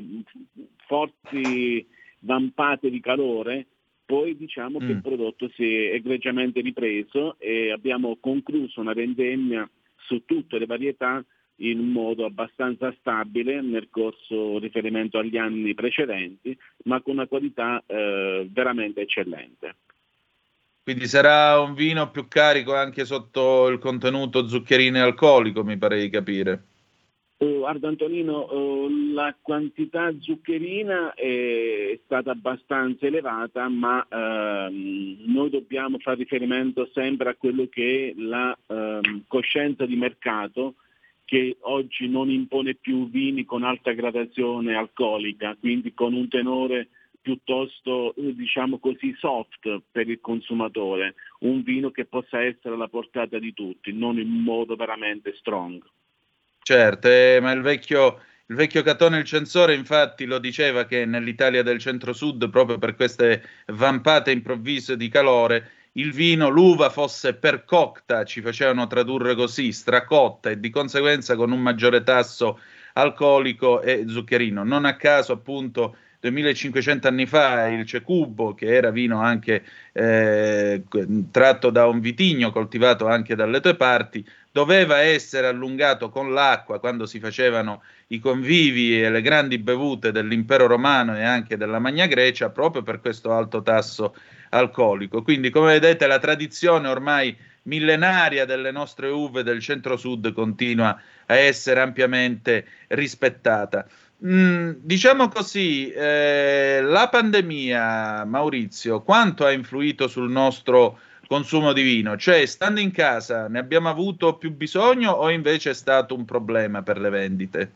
forti vampate di calore, poi diciamo mm. che il prodotto si è egregiamente ripreso e abbiamo concluso una vendemmia su tutte le varietà in un modo abbastanza stabile nel corso riferimento agli anni precedenti, ma con una qualità eh, veramente eccellente. Quindi sarà un vino più carico anche sotto il contenuto zuccherino e alcolico, mi pare di capire. Uh, guarda Antonino, uh, la quantità zuccherina è stata abbastanza elevata, ma uh, noi dobbiamo fare riferimento sempre a quello che è la uh, coscienza di mercato, che oggi non impone più vini con alta gradazione alcolica, quindi con un tenore piuttosto, diciamo così, soft per il consumatore, un vino che possa essere alla portata di tutti, non in modo veramente strong. Certo, eh, ma il vecchio, il vecchio Catone il Censore infatti lo diceva che nell'Italia del centro-sud, proprio per queste vampate improvvise di calore, il vino, l'uva fosse percocta, ci facevano tradurre così, stracotta, e di conseguenza con un maggiore tasso alcolico e zuccherino. Non a caso, appunto, duemilacinquecento anni fa il Cecubo, che era vino anche eh, tratto da un vitigno coltivato anche dalle tue parti, doveva essere allungato con l'acqua quando si facevano i convivi e le grandi bevute dell'impero romano e anche della Magna Grecia, proprio per questo alto tasso alcolico. Quindi, come vedete, la tradizione ormai millenaria delle nostre uve del centro-sud continua a essere ampiamente rispettata. Mm, diciamo così, eh, la pandemia, Maurizio, quanto ha influito sul nostro consumo di vino? Cioè, stando in casa, ne abbiamo avuto più bisogno o invece è stato un problema per le vendite?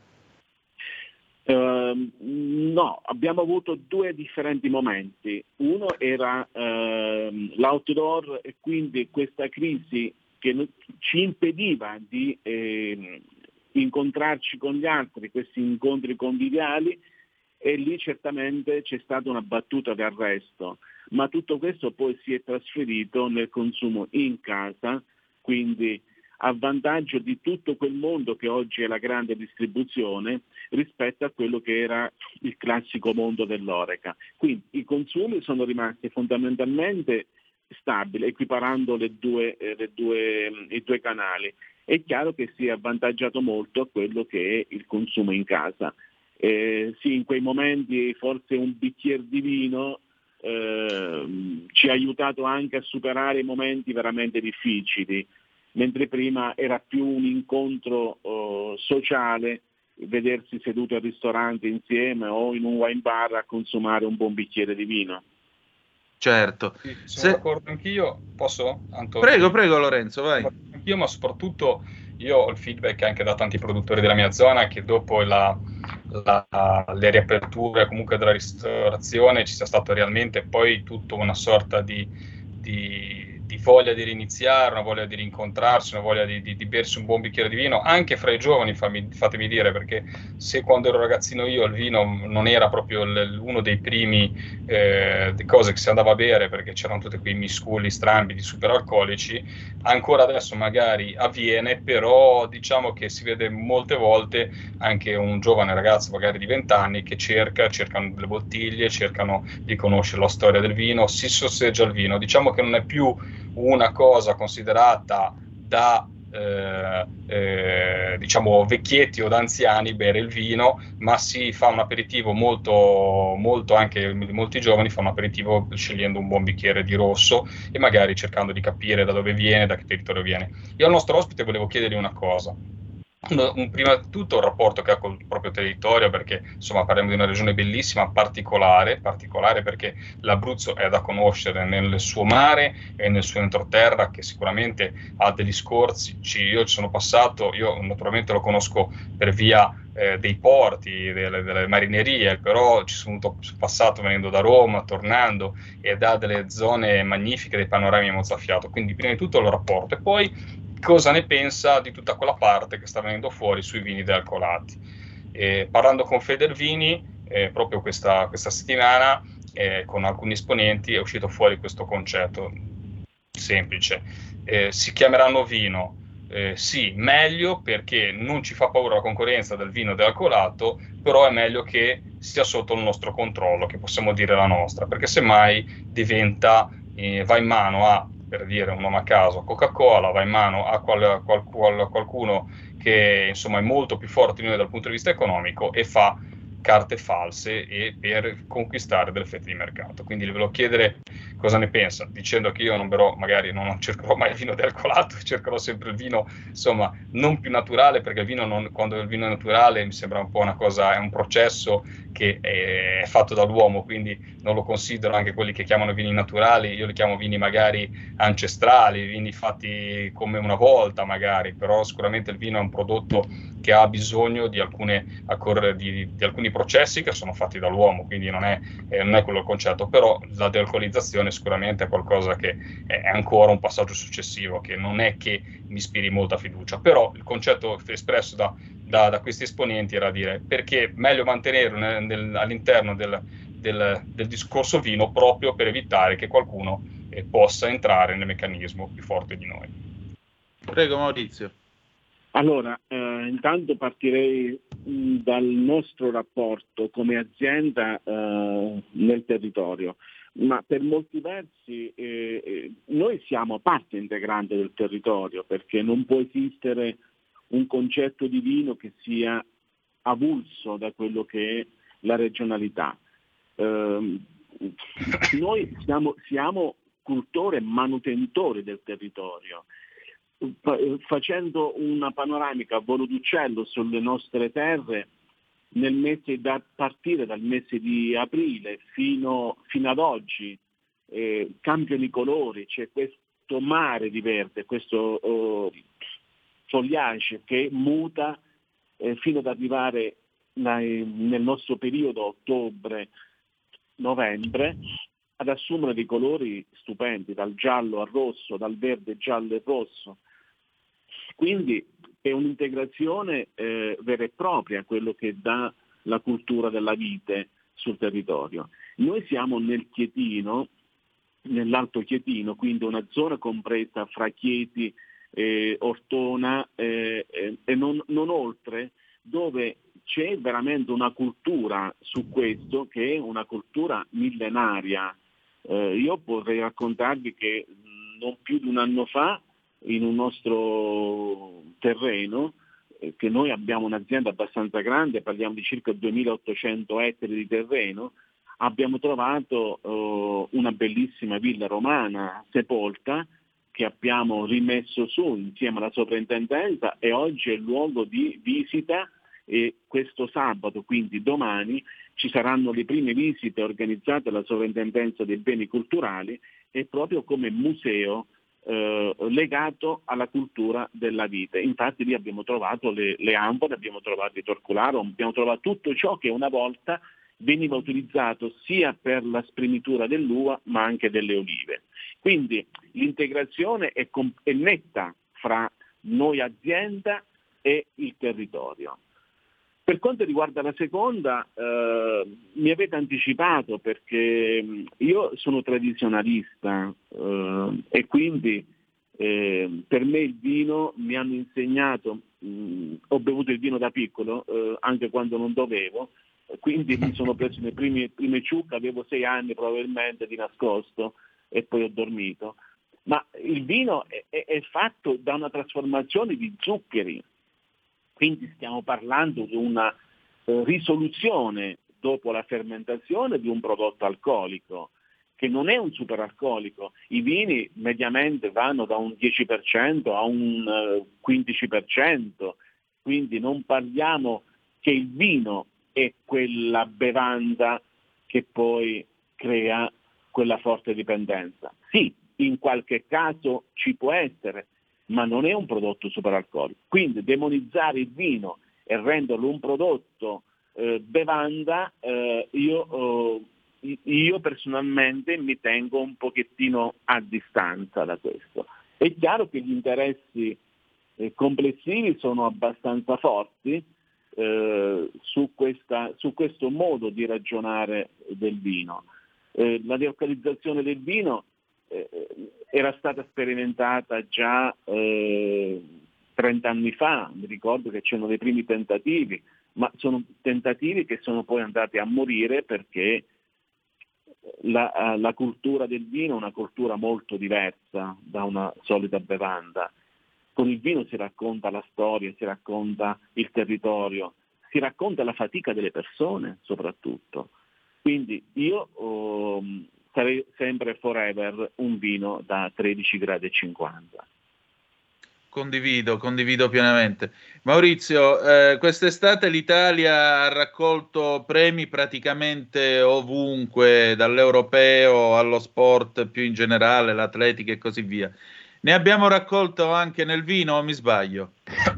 Uh, no, abbiamo avuto due differenti momenti. Uno era uh, l'outdoor e quindi questa crisi che ci impediva di eh, incontrarci con gli altri, questi incontri conviviali, e lì certamente c'è stata una battuta d'arresto, ma tutto questo poi si è trasferito nel consumo in casa, quindi a vantaggio di tutto quel mondo che oggi è la grande distribuzione rispetto a quello che era il classico mondo dell'Oreca. Quindi i consumi sono rimasti fondamentalmente stabili, equiparando le due, eh, le due, i due canali. È chiaro che si è avvantaggiato molto a quello che è il consumo in casa. Eh, sì, in quei momenti forse un bicchiere di vino eh, ci ha aiutato anche a superare i momenti veramente difficili, mentre prima era più un incontro oh, sociale, vedersi seduti al ristorante insieme o in un wine bar a consumare un buon bicchiere di vino. Certo. Sì, sono Se... d'accordo anch'io. Posso, Antonio? Prego, prego Lorenzo, vai. Anch'io, ma soprattutto io ho il feedback anche da tanti produttori della mia zona che dopo la, la, le riaperture comunque della ristorazione ci sia stato realmente poi tutto una sorta di, di, di voglia di riniziare, una voglia di rincontrarsi, una voglia di, di, di bersi un buon bicchiere di vino, anche fra i giovani, fammi, fatemi dire, perché se quando ero ragazzino io il vino non era proprio l, uno dei primi eh, di cose che si andava a bere, perché c'erano tutti quei misculi strambi di superalcolici, ancora adesso magari avviene, però diciamo che si vede molte volte anche un giovane ragazzo magari di venti anni che cerca, cercano le bottiglie, cercano di conoscere la storia del vino, si sorseggia il vino, diciamo che non è più una cosa considerata da eh, eh, diciamo vecchietti o da anziani bere il vino, ma si fa un aperitivo molto, molto anche molti giovani fanno un aperitivo scegliendo un buon bicchiere di rosso e magari cercando di capire da dove viene, da che territorio viene. Io al nostro ospite volevo chiedergli una cosa. Un, un, prima di tutto un rapporto che ha col proprio territorio, perché insomma parliamo di una regione bellissima, particolare, particolare perché l'Abruzzo è da conoscere nel suo mare e nel suo entroterra, che sicuramente ha degli scorci. Io ci sono passato, io naturalmente lo conosco per via eh, dei porti, delle, delle marinerie, però ci sono passato venendo da Roma, tornando, ed ha delle zone magnifiche, dei panorami mozzafiato. Quindi prima di tutto il rapporto, e poi cosa ne pensa di tutta quella parte che sta venendo fuori sui vini dealcolati. Eh, parlando con Federvini, eh, proprio questa, questa settimana, eh, con alcuni esponenti, è uscito fuori questo concetto semplice. Eh, si chiameranno vino, eh, sì, meglio, perché non ci fa paura la concorrenza del vino dealcolato, però è meglio che sia sotto il nostro controllo, che possiamo dire la nostra, perché semmai diventa, eh, va in mano a, per dire un nome a caso, Coca-Cola, va in mano a qual, qual, qual, qualcuno che insomma è molto più forte di noi dal punto di vista economico e fa carte false e per conquistare delle fette di mercato. Quindi le volevo chiedere cosa ne pensa, dicendo che io non berò, magari non cercherò mai il vino dealcolato, cercherò sempre il vino insomma non più naturale, perché il vino non, quando il vino è naturale mi sembra un po' una cosa, è un processo che è, è fatto dall'uomo, quindi non lo considero, anche quelli che chiamano vini naturali, io li chiamo vini magari ancestrali, vini fatti come una volta magari, però sicuramente il vino è un prodotto che ha bisogno di, alcune, di, di alcuni processi che sono fatti dall'uomo, quindi non è, eh, non è quello il concetto, però la dealcolizzazione sicuramente è qualcosa che è ancora un passaggio successivo, che non è che mi ispiri molta fiducia, però il concetto espresso da, da, da questi esponenti era dire perché meglio mantenerlo nel, nel, all'interno del, del, del discorso vino, proprio per evitare che qualcuno eh, possa entrare nel meccanismo più forte di noi. Prego Maurizio. Allora, eh, intanto partirei mh, dal nostro rapporto come azienda eh, nel territorio, ma per molti versi eh, noi siamo parte integrante del territorio, perché non può esistere un concetto di vino che sia avulso da quello che è la regionalità. Eh, noi siamo, siamo cultori e manutentori del territorio. Facendo una panoramica a volo d'uccello sulle nostre terre, nel mese da partire dal mese di aprile fino, fino ad oggi eh, cambiano i colori, c'è questo mare di verde, questo oh, foliage che muta eh, fino ad arrivare la, nel nostro periodo ottobre-novembre ad assumere dei colori stupendi, dal giallo al rosso, dal verde, giallo e rosso. Quindi è un'integrazione eh, vera e propria quello che dà la cultura della vite sul territorio. Noi siamo nel Chietino, nell'Alto Chietino, quindi una zona compresa fra Chieti, eh, Ortona eh, eh, e non, non oltre, dove c'è veramente una cultura su questo che è una cultura millenaria. Eh, io vorrei raccontarvi che non più di un anno fa in un nostro terreno, eh, che noi abbiamo un'azienda abbastanza grande, parliamo di circa duemilaottocento ettari di terreno, abbiamo trovato eh, una bellissima villa romana sepolta che abbiamo rimesso su insieme alla sovrintendenza e oggi è luogo di visita, e questo sabato, quindi domani, ci saranno le prime visite organizzate dalla sovrintendenza dei beni culturali e proprio come museo Eh, legato alla cultura della vite. Infatti lì abbiamo trovato le, le anfore, abbiamo trovato i torcularo, abbiamo trovato tutto ciò che una volta veniva utilizzato sia per la spremitura dell'uva ma anche delle olive. Quindi l'integrazione è, comp- è netta fra noi azienda e il territorio. Per quanto riguarda la seconda, eh, mi avete anticipato perché io sono tradizionalista eh, e quindi eh, per me il vino mi hanno insegnato, mh, ho bevuto il vino da piccolo, eh, anche quando non dovevo, quindi mi sono preso le prime, prime ciucche, avevo sei anni probabilmente di nascosto e poi ho dormito. Ma il vino è, è, è fatto da una trasformazione di zuccheri. Quindi stiamo parlando di una eh, risoluzione dopo la fermentazione di un prodotto alcolico, che non è un superalcolico. I vini mediamente vanno da un dieci per cento a un eh, quindici per cento, quindi non parliamo che il vino è quella bevanda che poi crea quella forte dipendenza. Sì, in qualche caso ci può essere, ma non è un prodotto superalcolico. Quindi demonizzare il vino e renderlo un prodotto eh, bevanda, eh, io, eh, io personalmente mi tengo un pochettino a distanza da questo. È chiaro che gli interessi eh, complessivi sono abbastanza forti eh, su, questa, su questo modo di ragionare del vino. Eh, la delocalizzazione del vino Eh, era stata sperimentata già eh, trenta anni fa, mi ricordo che c'erano dei primi tentativi, ma sono tentativi che sono poi andati a morire perché la, la cultura del vino è una cultura molto diversa da una solita bevanda. Con il vino si racconta la storia, si racconta il territorio, si racconta la fatica delle persone soprattutto. Quindi io oh, sarei sempre forever un vino da tredici gradi e cinquanta. Condivido, condivido pienamente. Maurizio, eh, quest'estate l'Italia ha raccolto premi praticamente ovunque, dall'europeo allo sport più in generale, l'atletica e così via. Ne abbiamo raccolto anche nel vino, o mi sbaglio?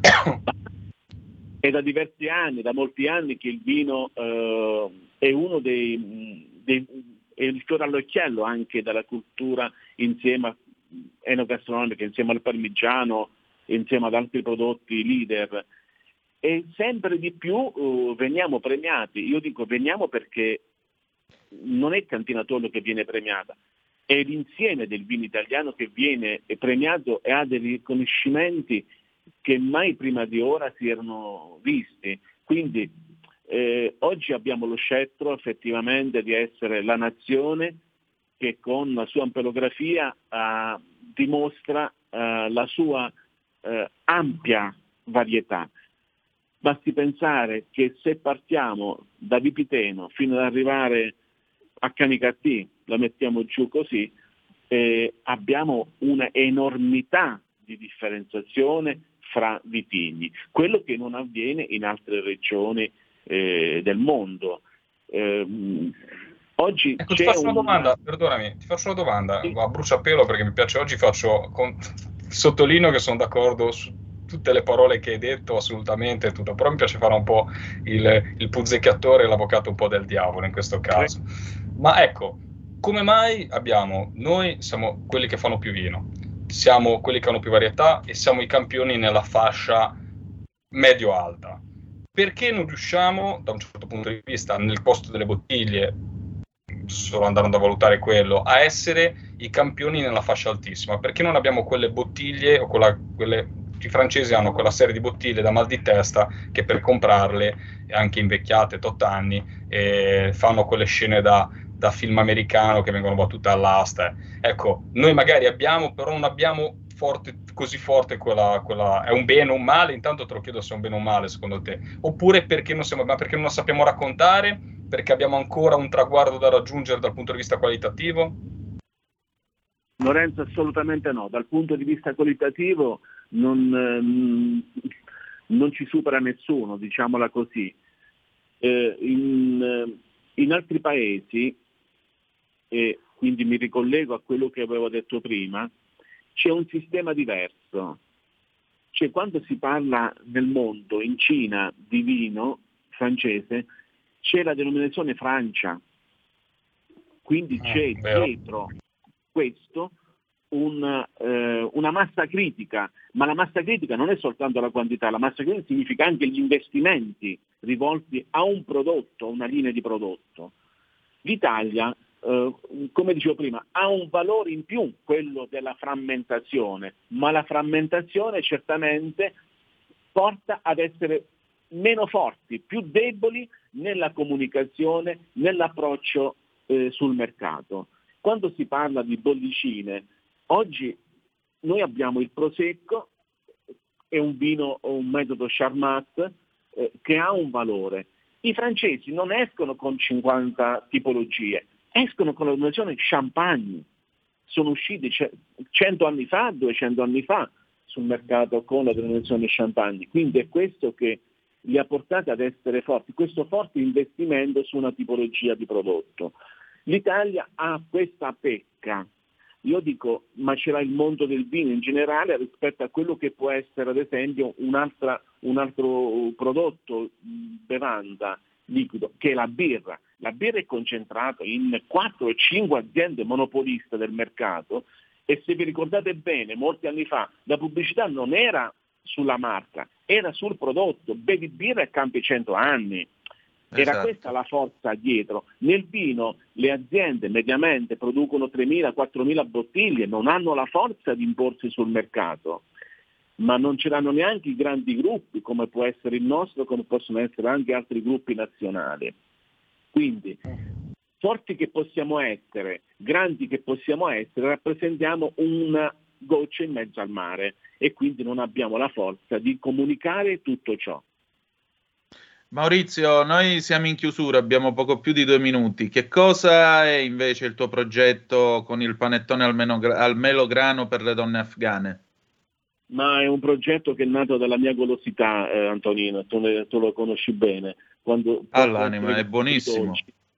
È da diversi anni, da molti anni che il vino eh, è uno dei... dei è il fiore all'occhiello anche dalla cultura insieme a enogastronomica, insieme al parmigiano, insieme ad altri prodotti leader. E sempre di più uh, veniamo premiati. Io dico veniamo perché non è Cantina Torno che viene premiata, è l'insieme del vino italiano che viene premiato e ha dei riconoscimenti che mai prima di ora si erano visti. Quindi Eh, oggi abbiamo lo scettro effettivamente di essere la nazione che con la sua ampelografia eh, dimostra eh, la sua eh, ampia varietà. Basti pensare che se partiamo da Vipiteno fino ad arrivare a Canicattì, la mettiamo giù così, eh, abbiamo una enormità di differenziazione fra vitigni, quello che non avviene in altre regioni Eh, del mondo. Eh, oggi ecco, c'è ti faccio un... una domanda, perdonami, ti faccio una domanda a bruciapelo perché mi piace oggi, faccio con... sottolineo che sono d'accordo su tutte le parole che hai detto, assolutamente tutto, però mi piace fare un po' il, il puzzecchiatore e l'avvocato un po' del diavolo in questo caso. Ma ecco, come mai abbiamo, noi siamo quelli che fanno più vino, siamo quelli che hanno più varietà e siamo i campioni nella fascia medio-alta. Perché non riusciamo, da un certo punto di vista, nel costo delle bottiglie, solo andando a valutare quello, a essere i campioni nella fascia altissima? Perché non abbiamo quelle bottiglie o quella, quelle, i francesi hanno quella serie di bottiglie da mal di testa che per comprarle, anche invecchiate, tot anni, eh, fanno quelle scene da, da film americano che vengono battute all'asta. Ecco, noi magari abbiamo, però non abbiamo forte, così forte quella, quella... È un bene o un male? Intanto te lo chiedo se è un bene o un male secondo te. Oppure perché non, siamo, ma perché non la sappiamo raccontare? Perché abbiamo ancora un traguardo da raggiungere dal punto di vista qualitativo? Lorenzo, assolutamente no. Dal punto di vista qualitativo non, ehm, non ci supera nessuno, diciamola così. Eh, in, in altri paesi, e quindi mi ricollego a quello che avevo detto prima, c'è un sistema diverso. Cioè, quando si parla nel mondo, in Cina, di vino francese, c'è la denominazione Francia. Quindi c'è ah, dietro questo un, eh, una massa critica, ma la massa critica non è soltanto la quantità, la massa critica significa anche gli investimenti rivolti a un prodotto, a una linea di prodotto. L'Italia, eh, come dicevo prima, ha un valore in più, quello della frammentazione, ma la frammentazione certamente porta ad essere meno forti, più deboli nella comunicazione, nell'approccio eh, sul mercato. Quando si parla di bollicine, oggi noi abbiamo il Prosecco, è un vino o un metodo Charmat eh, che ha un valore. I francesi non escono con cinquanta tipologie, escono con la denominazione Champagne. Sono usciti cento anni fa, duecento anni fa sul mercato con la denominazione Champagne. Quindi è questo che li ha portati ad essere forti, questo forte investimento su una tipologia di prodotto. L'Italia ha questa pecca, io dico, ma ce l'ha il mondo del vino in generale rispetto a quello che può essere ad esempio un'altra, un altro prodotto, bevanda, liquido, che è la birra. La birra è concentrata in quattro o cinque aziende monopoliste del mercato e se vi ricordate bene, molti anni fa, la pubblicità non era sulla marca, era sul prodotto, bevi birra e campi cento anni. Era esatto. Questa la forza dietro. Nel vino le aziende mediamente producono tremila quattromila bottiglie, non hanno la forza di imporsi sul mercato, ma non ce l'hanno neanche i grandi gruppi come può essere il nostro, come possono essere anche altri gruppi nazionali. Quindi forti che possiamo essere, grandi che possiamo essere, rappresentiamo una goccia in mezzo al mare e quindi non abbiamo la forza di comunicare tutto ciò. Maurizio, noi siamo in chiusura, abbiamo poco più di due minuti. Che cosa è invece il tuo progetto con il panettone al, meno, al melograno per le donne afghane? Ma è un progetto che è nato dalla mia golosità, eh, Antonino, tu, ne, tu lo conosci bene. Quando, All'anima, è buonissimo.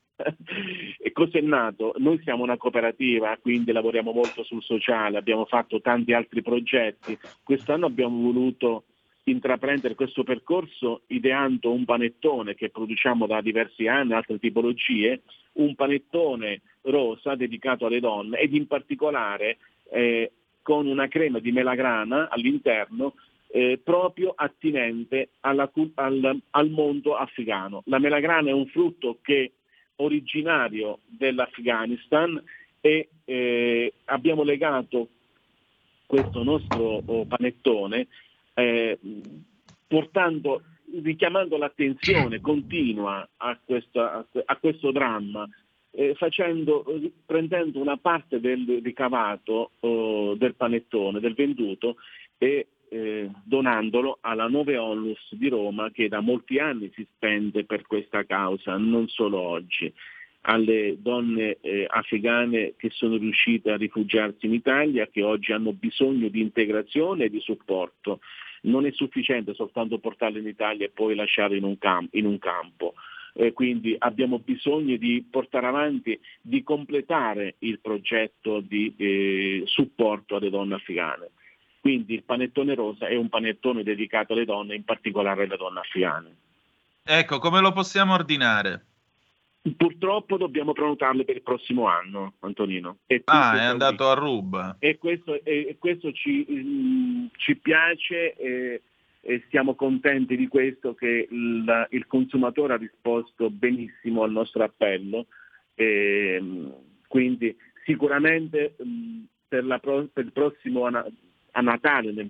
E cosa è nato? Noi siamo una cooperativa, quindi lavoriamo molto sul sociale, abbiamo fatto tanti altri progetti. Quest'anno abbiamo voluto intraprendere questo percorso ideando un panettone che produciamo da diversi anni, altre tipologie, un panettone rosa dedicato alle donne ed in particolare eh, con una crema di melagrana all'interno eh, proprio attinente alla, al, al mondo afghano. La melagrana è un frutto che è originario dell'Afghanistan e eh, abbiamo legato questo nostro oh, panettone Eh, portando, richiamando l'attenzione continua a, questa, a questo dramma, eh, facendo, prendendo una parte del ricavato oh, del panettone, del venduto e eh, donandolo alla Nove Onlus di Roma che da molti anni si spende per questa causa, non solo oggi, alle donne eh, afghane che sono riuscite a rifugiarsi in Italia, che oggi hanno bisogno di integrazione e di supporto. Non è sufficiente soltanto portarle in Italia e poi lasciarle in un, cam- in un campo. Eh, quindi abbiamo bisogno di portare avanti, di completare il progetto di eh, supporto alle donne afghane. Quindi il panettone rosa è un panettone dedicato alle donne, in particolare alle donne afghane. Ecco, come lo possiamo ordinare? Purtroppo dobbiamo prenotarle per il prossimo anno, Antonino. E ah, è andato a ruba. E questo, e questo ci, mh, ci piace e, e siamo contenti di questo, che il, il consumatore ha risposto benissimo al nostro appello. E, mh, quindi sicuramente mh, per, la pro, per il prossimo a, a Natale nel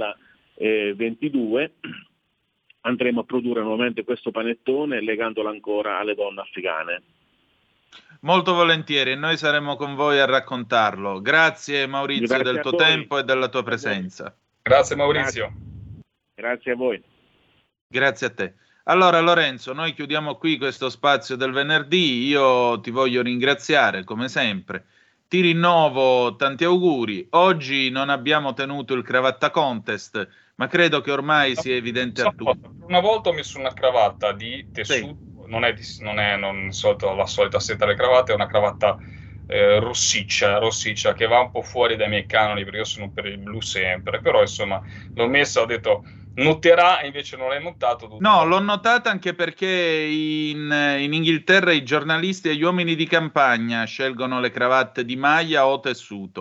duemilaventidue andremo a produrre nuovamente questo panettone legandolo ancora alle donne afghane. Molto volentieri, e noi saremo con voi a raccontarlo. Grazie Maurizio Grazie del tuo voi. tempo e della tua presenza. Grazie Maurizio. Grazie. Grazie a voi. Grazie a te. Allora Lorenzo, noi chiudiamo qui questo spazio del venerdì. Io ti voglio ringraziare come sempre. Ti rinnovo tanti auguri. Oggi non abbiamo tenuto il cravatta contest, ma credo che ormai sia evidente a tutti. Una volta ho messo una cravatta di tessuto, sì. non è, di, non è non solito, la solita seta delle cravatte, è una cravatta eh, rossiccia, rossiccia, che va un po' fuori dai miei canoni, perché io sono per il blu sempre, però insomma l'ho messa, ho detto noterà, e invece non l'hai notato. Tutto. No, l'ho notata anche perché in, in Inghilterra i giornalisti e gli uomini di campagna scelgono le cravatte di maglia o tessuto.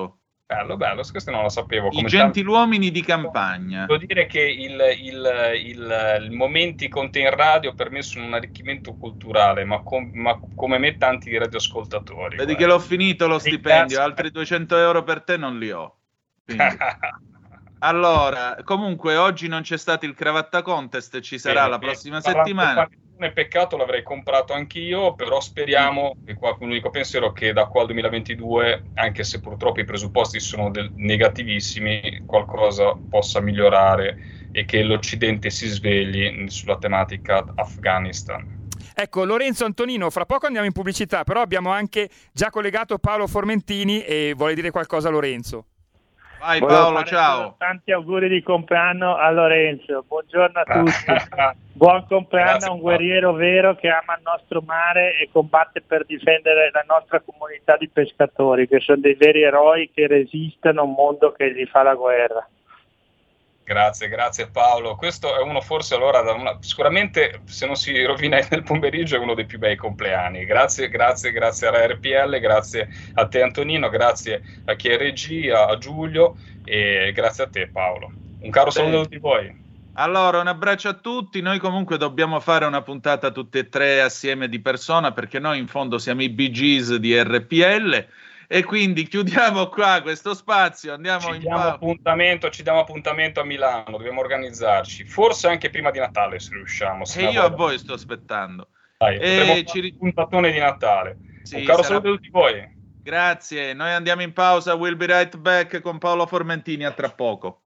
Bello, bello, questo non lo sapevo. I gentiluomini di campagna. Devo dire che il, il, il, il momenti con te in radio per me sono un arricchimento culturale, ma, com, ma come me tanti radioascoltatori. Vedi guarda. che l'ho finito lo stipendio, Ringrazio. altri duecento euro per te non li ho. Quindi... Allora, comunque oggi non c'è stato il cravatta contest, ci sarà Bene, la bene. prossima Parlando settimana. di peccato, l'avrei comprato anch'io, però speriamo, e qua un unico pensiero, che da qua al duemilaventidue, anche se purtroppo i presupposti sono del- negativissimi, qualcosa possa migliorare e che l'Occidente si svegli sulla tematica Afghanistan. Ecco, Lorenzo Antonino, fra poco andiamo in pubblicità, però abbiamo anche già collegato Paolo Formentini e vuole dire qualcosa a Lorenzo. Vai Volevo Paolo, fare ciao. solo tanti auguri di compleanno a Lorenzo. Buongiorno a tutti. Buon compleanno Grazie, a un guerriero vero che ama il nostro mare e combatte per difendere la nostra comunità di pescatori, che sono dei veri eroi che resistono a un mondo che gli fa la guerra. Grazie, grazie Paolo. Questo è uno forse allora, da una, sicuramente se non si rovina nel pomeriggio è uno dei più bei compleanni. Grazie, grazie, grazie a R P L, grazie a te Antonino, grazie a chi è regia, a Giulio e grazie a te Paolo. Un caro saluto a tutti voi. Allora, un abbraccio a tutti. Noi comunque dobbiamo fare una puntata tutti e tre assieme di persona, perché noi in fondo siamo i Bee Gees di R P L. E quindi chiudiamo qua questo spazio, andiamo Ci in diamo pausa. appuntamento, ci diamo appuntamento a Milano, dobbiamo organizzarci, forse anche prima di Natale se riusciamo. se E ne io a voglia. voi sto aspettando. Dai, E potremo fare ci ri- un puntatone di Natale. Sì, Un caro sarà- saluto a tutti voi. Grazie, noi andiamo in pausa, we'll be right back con Paolo Formentini, a tra poco.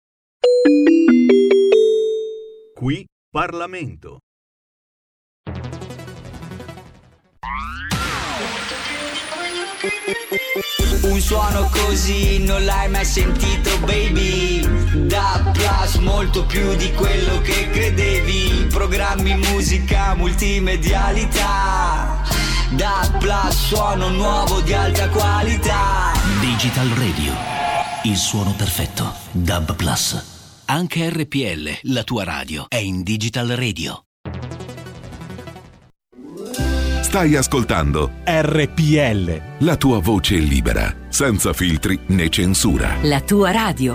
Qui Parlamento. Un suono così non l'hai mai sentito, baby. Da Plus, molto più di quello che credevi. Programmi, musica, multimedialità. Da Plus, suono nuovo di alta qualità. Digital Radio, il suono perfetto. Dub Plus. Anche R P L, la tua radio, è in Digital Radio. Stai ascoltando R P L, la tua voce libera, senza filtri né censura. La tua radio.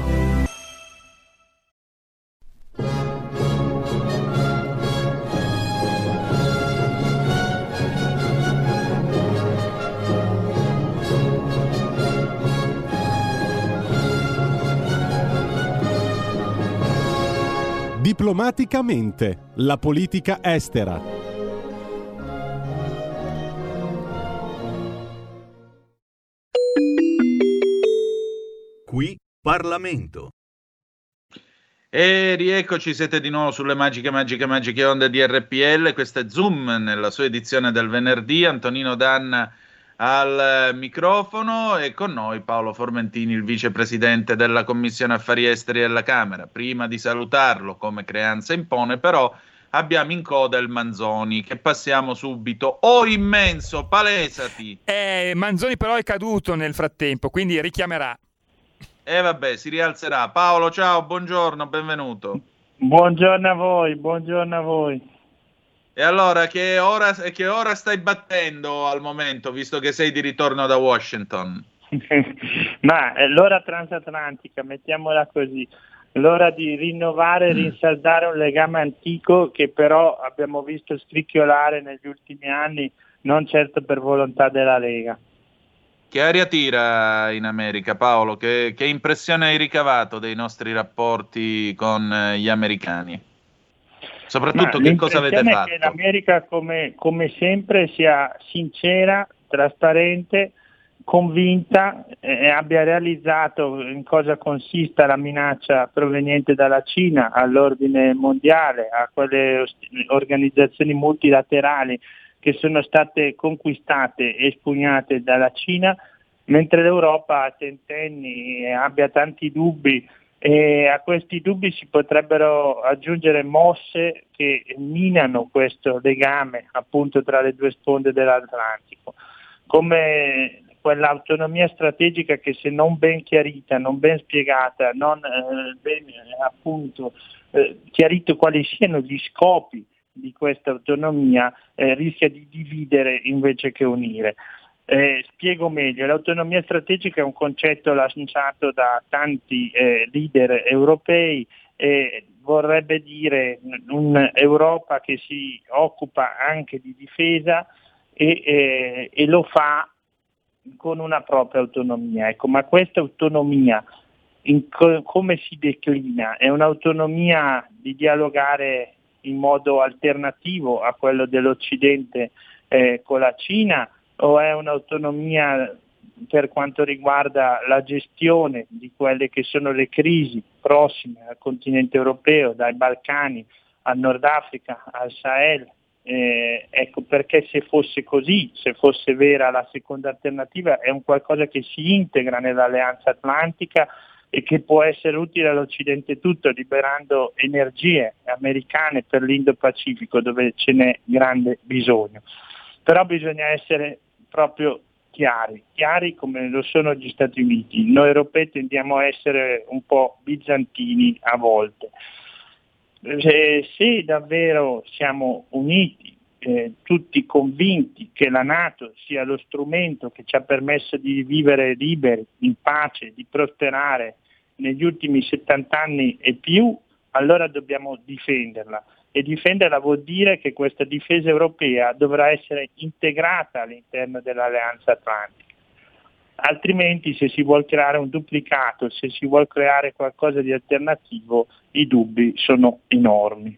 Diplomaticamente, la politica estera. Qui Parlamento. E rieccoci, siete di nuovo sulle magiche, magiche, magiche onde di R P L. Questo è Zoom nella sua edizione del venerdì. Antonino Danna al microfono e con noi Paolo Formentini, il vicepresidente della Commissione Affari Esteri della Camera. Prima di salutarlo, come creanza impone, però abbiamo in coda il Manzoni, che passiamo subito. Oh immenso, palesati! Eh, Manzoni però è caduto nel frattempo, quindi richiamerà. E eh vabbè, si rialzerà. Paolo, ciao, buongiorno, benvenuto. Buongiorno a voi, buongiorno a voi. E allora, che ora, che ora stai battendo al momento, visto che sei di ritorno da Washington? Ma è l'ora transatlantica, mettiamola così, l'ora di rinnovare e rinsaldare un legame antico che però abbiamo visto scricchiolare negli ultimi anni, non certo per volontà della Lega. Che aria tira in America, Paolo? Che, che impressione hai ricavato dei nostri rapporti con eh, gli americani? Soprattutto Ma che cosa avete l'impressione fatto? è che l'America, come, come sempre, sia sincera, trasparente, convinta e abbia realizzato in cosa consista la minaccia proveniente dalla Cina all'ordine mondiale, a quelle ost- organizzazioni multilaterali che sono state conquistate e espugnate dalla Cina, mentre l'Europa a tentenni abbia tanti dubbi, e a questi dubbi si potrebbero aggiungere mosse che minano questo legame appunto tra le due sponde dell'Atlantico, come quell'autonomia strategica che, se non ben chiarita, non ben spiegata, non eh, ben appunto eh, chiarito quali siano gli scopi di questa autonomia, eh, rischia di dividere invece che unire. Eh, spiego meglio, l'autonomia strategica è un concetto lanciato da tanti eh, leader europei e vorrebbe dire un'Europa che si occupa anche di difesa e, eh, e lo fa con una propria autonomia. Ecco, ma questa autonomia in co- come si declina? È un'autonomia di dialogare in modo alternativo a quello dell'Occidente eh, con la Cina, o è un'autonomia per quanto riguarda la gestione di quelle che sono le crisi prossime al continente europeo, dai Balcani al Nord Africa, al Sahel? Eh, ecco perché se fosse così, se fosse vera la seconda alternativa, è un qualcosa che si integra nell'Alleanza Atlantica e che può essere utile all'Occidente tutto, liberando energie americane per l'Indo-Pacifico, dove ce n'è grande bisogno. Però bisogna essere proprio chiari, chiari come lo sono gli Stati Uniti. Noi europei tendiamo a essere un po' bizantini a volte. Se, se davvero siamo uniti, eh, tutti convinti che la NATO sia lo strumento che ci ha permesso di vivere liberi, in pace, di prosperare negli ultimi settanta anni e più, allora dobbiamo difenderla. E difenderla vuol dire che questa difesa europea dovrà essere integrata all'interno dell'Alleanza Atlantica. Altrimenti, se si vuol creare un duplicato, se si vuol creare qualcosa di alternativo, i dubbi sono enormi.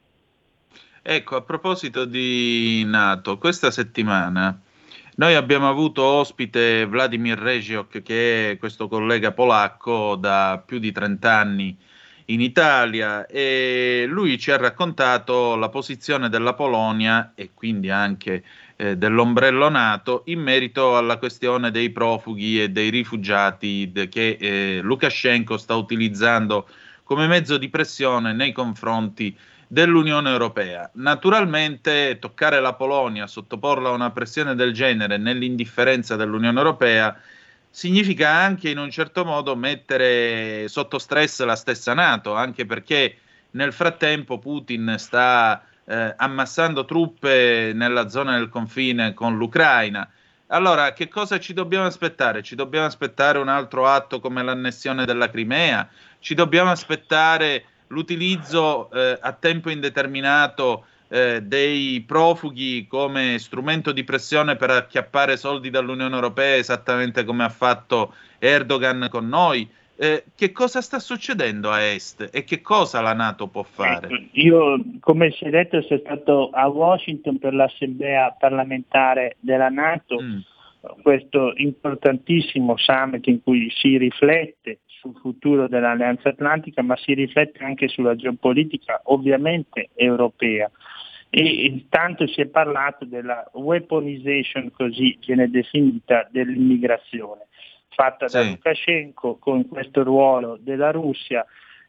Ecco, a proposito di NATO, questa settimana noi abbiamo avuto ospite Vladimir Regiok, che è questo collega polacco da più di trenta anni in Italia, e lui ci ha raccontato la posizione della Polonia e quindi anche eh, dell'ombrello NATO in merito alla questione dei profughi e dei rifugiati de- che eh, Lukashenko sta utilizzando come mezzo di pressione nei confronti dell'Unione Europea. Naturalmente toccare la Polonia, sottoporla a una pressione del genere nell'indifferenza dell'Unione Europea significa anche in un certo modo mettere sotto stress la stessa NATO, anche perché nel frattempo Putin sta eh, ammassando truppe nella zona del confine con l'Ucraina. Allora, che cosa ci dobbiamo aspettare? Ci dobbiamo aspettare un altro atto come l'annessione della Crimea? Ci dobbiamo aspettare l'utilizzo eh, a tempo indeterminato eh, dei profughi come strumento di pressione per acchiappare soldi dall'Unione Europea, esattamente come ha fatto Erdogan con noi? Eh, che cosa sta succedendo a Est e che cosa la NATO può fare? Io, come si è detto, sono stato a Washington per l'assemblea parlamentare della NATO, mm. questo importantissimo summit in cui si riflette sul futuro dell'Alleanza Atlantica, ma si riflette anche sulla geopolitica ovviamente europea. E tanto si è parlato della weaponization, così viene definita, dell'immigrazione, fatta sì. da Lukashenko con questo ruolo della Russia.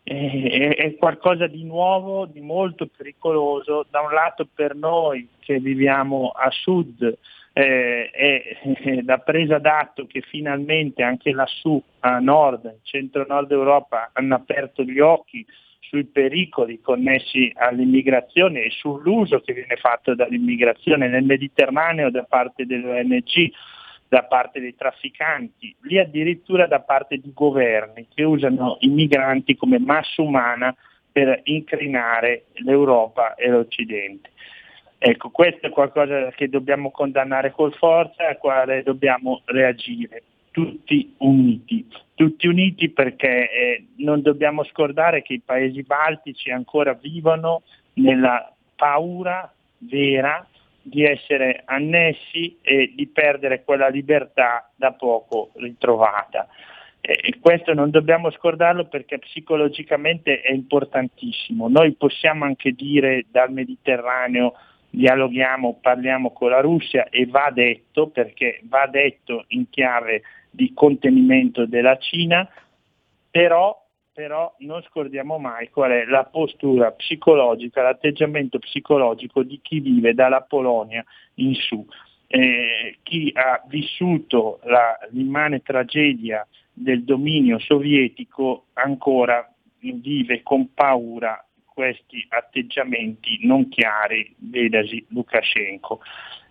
È, è qualcosa di nuovo, di molto pericoloso, da un lato per noi che viviamo a sud, eh, è, è la presa d'atto che finalmente anche lassù a nord, centro-nord Europa, hanno aperto gli occhi sui pericoli connessi all'immigrazione e sull'uso che viene fatto dall'immigrazione nel Mediterraneo da parte delle O N G, da parte dei trafficanti, lì addirittura da parte di governi che usano i migranti come massa umana per incrinare l'Europa e l'Occidente. Ecco, questo è qualcosa che dobbiamo condannare con forza e al quale dobbiamo reagire, tutti uniti, tutti uniti perché eh, non dobbiamo scordare che i paesi baltici ancora vivono nella paura vera di essere annessi e di perdere quella libertà da poco ritrovata. E questo non dobbiamo scordarlo perché psicologicamente è importantissimo. Noi possiamo anche dire dal Mediterraneo dialoghiamo, parliamo con la Russia e va detto, perché va detto in chiave di contenimento della Cina, però però non scordiamo mai qual è la postura psicologica, l'atteggiamento psicologico di chi vive dalla Polonia in su, eh, chi ha vissuto la, l'immane tragedia del dominio sovietico ancora vive con paura questi atteggiamenti non chiari, vedasi Lukashenko.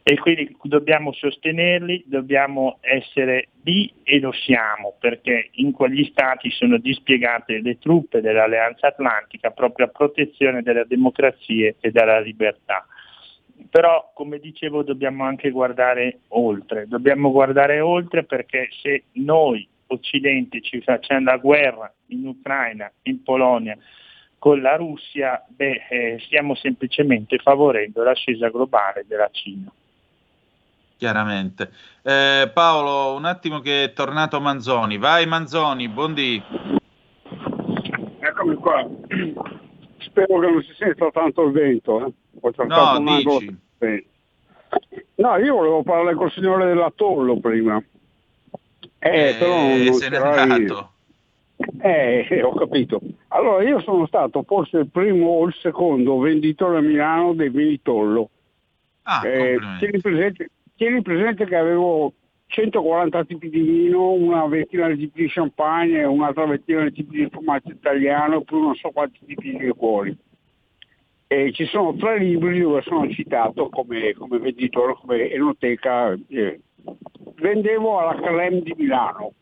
E quindi dobbiamo sostenerli, dobbiamo essere lì e lo siamo, perché in quegli stati sono dispiegate le truppe dell'Alleanza Atlantica proprio a protezione delle democrazie e della libertà. Però, come dicevo, dobbiamo anche guardare oltre, dobbiamo guardare oltre perché se noi Occidente ci facciamo la guerra in Ucraina, in Polonia, con la Russia, beh, eh, stiamo semplicemente favorendo l'ascesa globale della Cina. Chiaramente. Eh, Paolo, un attimo che è tornato Manzoni. Vai Manzoni, buondì. Eccomi qua. Spero che non si senta tanto il vento. Eh. Ho cercato No, un angolo. dici. No, io volevo parlare col signore dell'Atollo prima. Eh, Eh, però non, non se n'è c'era io. andato. Eh, ho capito. Allora, io sono stato forse il primo o il secondo venditore a Milano dei vini Tollo. Ah, eh, tieni presente, tieni presente che avevo centoquaranta tipi di vino, una ventina di tipi di champagne, un'altra ventina di tipi di formaggio italiano, più non so quanti tipi di liquori. E ci sono tre libri dove sono citato come, come venditore, come enoteca. Eh. Vendevo alla Crème di Milano.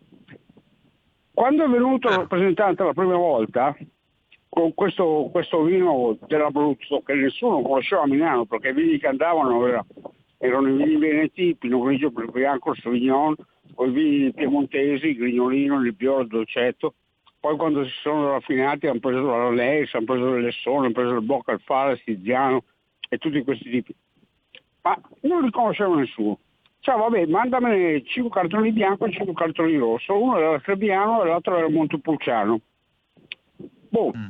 Quando è venuto il rappresentante la prima volta, con questo, questo vino dell'Abruzzo, che nessuno conosceva a Milano, perché i vini che andavano era, erano i vini veneti, il Pinot Grigio, il Bianco, il Sauvignon, poi i vini piemontesi, il Grignolino, il Nebbiolo, il Dolcetto. Poi quando si sono raffinati hanno preso la Rolex, hanno preso il Lessone, hanno preso il Bocca, il Fara, il Tiziano e tutti questi tipi. Ma non li conosceva nessuno. Cioè, vabbè, mandamene cinque cartoni bianco e cinque cartoni rosso. Uno era il Trebbiano e l'altro era il Montepulciano. Boh. Mm.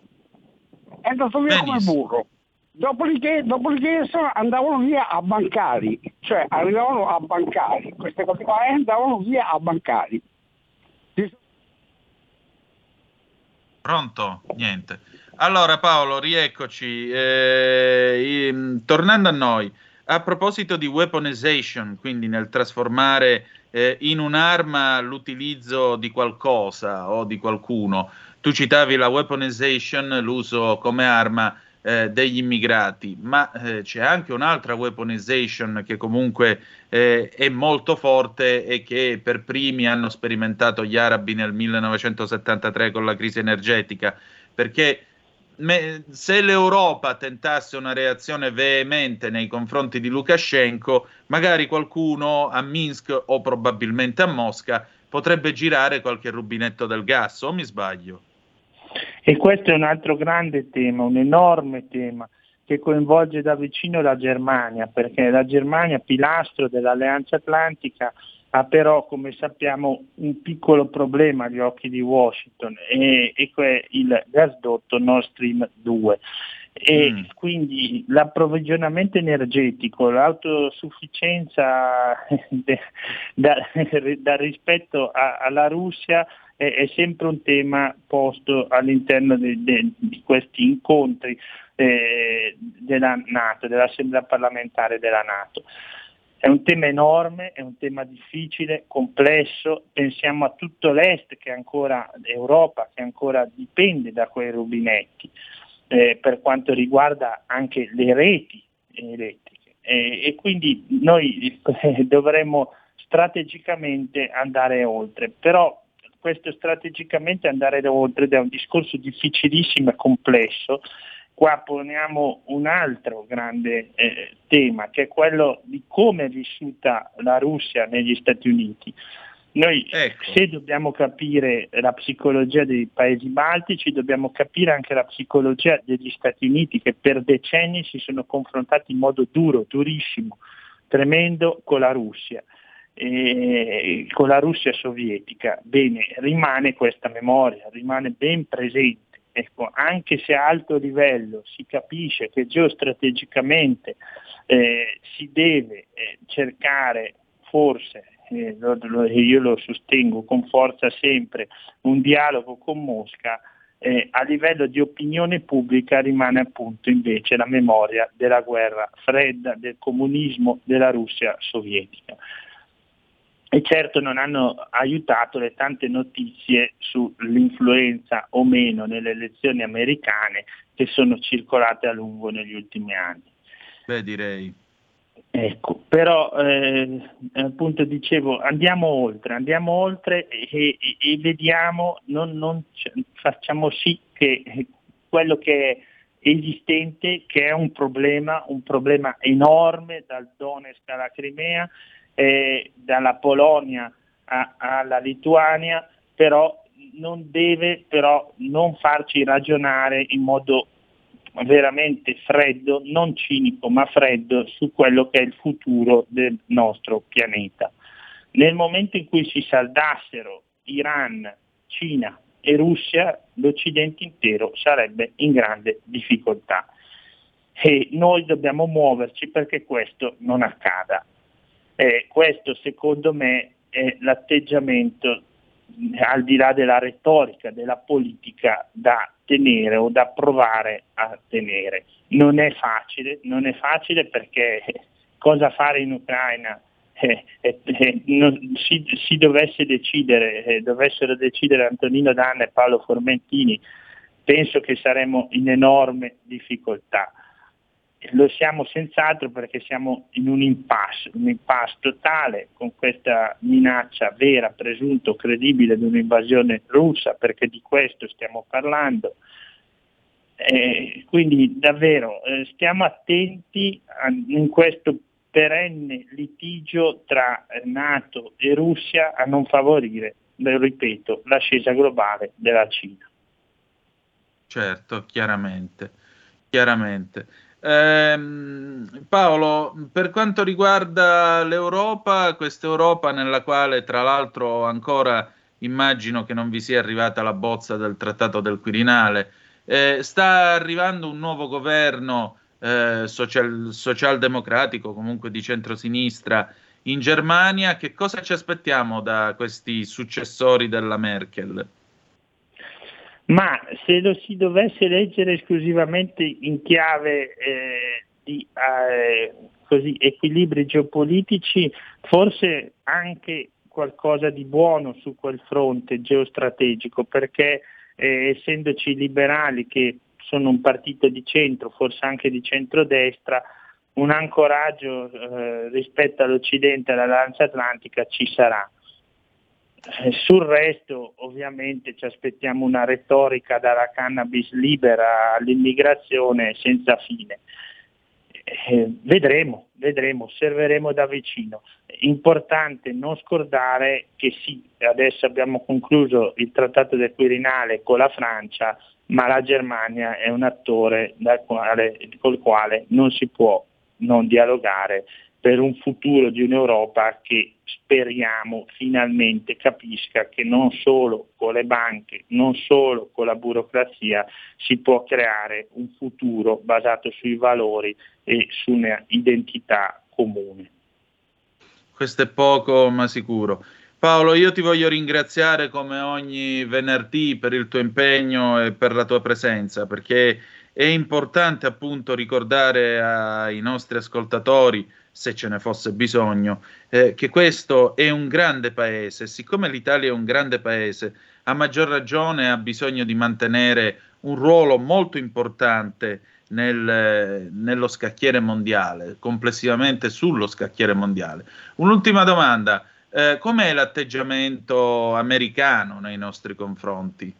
È andato via come il burro. Dopodiché, dopodiché andavano via a bancari. Cioè, arrivavano a bancari. Queste cose qua e andavano via a bancari. Pronto? Niente. Allora Paolo, rieccoci. Eh, tornando a noi. A proposito di weaponization, quindi nel trasformare eh, in un'arma l'utilizzo di qualcosa o di qualcuno, tu citavi la weaponization, l'uso come arma eh, degli immigrati, ma eh, c'è anche un'altra weaponization che comunque eh, è molto forte e che per primi hanno sperimentato gli arabi nel millenovecentosettantatré con la crisi energetica, perché Me, se l'Europa tentasse una reazione veemente nei confronti di Lukashenko, magari qualcuno a Minsk o probabilmente a Mosca potrebbe girare qualche rubinetto del gas, o mi sbaglio? E questo è un altro grande tema, un enorme tema che coinvolge da vicino la Germania, perché la Germania, pilastro dell'Alleanza Atlantica, ha però, come sappiamo, un piccolo problema agli occhi di Washington, e, e cioè il gasdotto Nord Stream due. E mm. quindi l'approvvigionamento energetico, l'autosufficienza de, da, da rispetto a, alla Russia è, è sempre un tema posto all'interno de, de, di questi incontri eh, della NATO, dell'Assemblea parlamentare della NATO. È un tema enorme, è un tema difficile, complesso, pensiamo a tutto l'Est che ancora, Europa, che ancora dipende da quei rubinetti, eh, per quanto riguarda anche le reti elettriche. Eh, e quindi noi eh, dovremmo strategicamente andare oltre, però questo strategicamente andare oltre è un discorso difficilissimo e complesso. Qua poniamo un altro grande eh, tema, che è quello di come è vissuta la Russia negli Stati Uniti. Noi ecco. se dobbiamo capire la psicologia dei paesi baltici, dobbiamo capire anche la psicologia degli Stati Uniti, che per decenni si sono confrontati in modo duro, durissimo, tremendo con la Russia, e con la Russia sovietica. Bene, rimane questa memoria, rimane ben presente. Ecco, anche se a alto livello si capisce che geostrategicamente eh, si deve eh, cercare forse, eh, lo, lo, io lo sostengo con forza sempre, un dialogo con Mosca, eh, a livello di opinione pubblica rimane appunto invece la memoria della guerra fredda, del comunismo della Russia sovietica. E certo non hanno aiutato le tante notizie sull'influenza o meno nelle elezioni americane che sono circolate a lungo negli ultimi anni. Beh, direi. Ecco, però eh, appunto dicevo, andiamo oltre, andiamo oltre e, e, e vediamo, non, non facciamo sì che quello che è esistente, che è un problema, un problema enorme dal Donetsk alla Crimea, eh, dalla Polonia a, alla Lituania, però non deve però non farci ragionare in modo veramente freddo, non cinico ma freddo, su quello che è il futuro del nostro pianeta. Nel momento in cui si saldassero Iran, Cina e Russia, l'Occidente intero sarebbe in grande difficoltà e noi dobbiamo muoverci perché questo non accada. Eh, questo secondo me è l'atteggiamento, al di là della retorica, della politica, da tenere o da provare a tenere. Non è facile, non è facile perché cosa fare in Ucraina? Eh, eh, eh, non, si, si dovesse decidere, eh, dovessero decidere Antonino Danna e Paolo Formentini, penso che saremmo in enorme difficoltà. Lo siamo senz'altro perché siamo in un impasse, un impasse totale con questa minaccia vera, presunto, credibile di un'invasione russa, perché di questo stiamo parlando. Eh, quindi davvero eh, stiamo attenti a, in questo perenne litigio tra NATO e Russia a non favorire, lo ripeto, l'ascesa globale della Cina. Certo, chiaramente, chiaramente. Ehm, Paolo, per quanto riguarda l'Europa, questa Europa nella quale tra l'altro ancora immagino che non vi sia arrivata la bozza del Trattato del Quirinale, eh, sta arrivando un nuovo governo eh, social, socialdemocratico, comunque di centrosinistra in Germania. Che cosa ci aspettiamo da questi successori della Merkel? Ma se lo si dovesse leggere esclusivamente in chiave eh, di eh, così, equilibri geopolitici, forse anche qualcosa di buono su quel fronte geostrategico, perché eh, essendoci i liberali che sono un partito di centro, forse anche di centrodestra, un ancoraggio eh, rispetto all'Occidente e all'Alleanza Atlantica ci sarà. Sul resto ovviamente ci aspettiamo una retorica dalla cannabis libera all'immigrazione senza fine. Eh, vedremo, vedremo, osserveremo da vicino. Importante non scordare che sì, adesso abbiamo concluso il trattato del Quirinale con la Francia, ma la Germania è un attore dal quale, col quale non si può non dialogare per un futuro di un'Europa che speriamo finalmente capisca che non solo con le banche, non solo con la burocrazia si può creare un futuro basato sui valori e su un'identità comune. Questo è poco ma sicuro. Paolo, io ti voglio ringraziare come ogni venerdì per il tuo impegno e per la tua presenza, perché è importante appunto ricordare ai nostri ascoltatori, se ce ne fosse bisogno, eh, che questo è un grande paese. Siccome l'Italia è un grande paese, a maggior ragione ha bisogno di mantenere un ruolo molto importante nel, nello scacchiere mondiale, complessivamente sullo scacchiere mondiale. Un'ultima domanda, eh, com'è l'atteggiamento americano nei nostri confronti?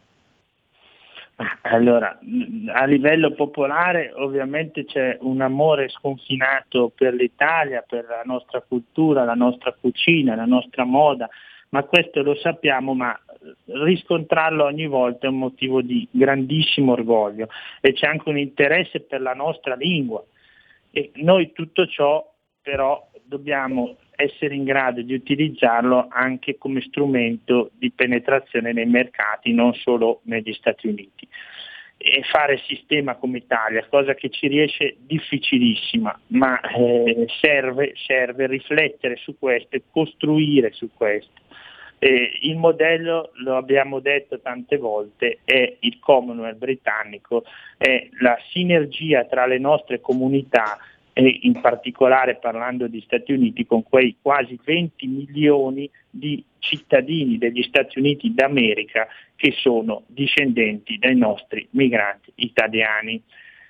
Allora, a livello popolare ovviamente c'è un amore sconfinato per l'Italia, per la nostra cultura, la nostra cucina, la nostra moda, ma questo lo sappiamo, ma riscontrarlo ogni volta è un motivo di grandissimo orgoglio e c'è anche un interesse per la nostra lingua e noi tutto ciò però dobbiamo essere in grado di utilizzarlo anche come strumento di penetrazione nei mercati, non solo negli Stati Uniti. E fare sistema come Italia, cosa che ci riesce difficilissima, ma eh, serve, serve riflettere su questo e costruire su questo. Eh, il modello, lo abbiamo detto tante volte, è il Commonwealth britannico, è la sinergia tra le nostre comunità e in particolare parlando di Stati Uniti con quei quasi venti milioni di cittadini degli Stati Uniti d'America che sono discendenti dai nostri migranti italiani.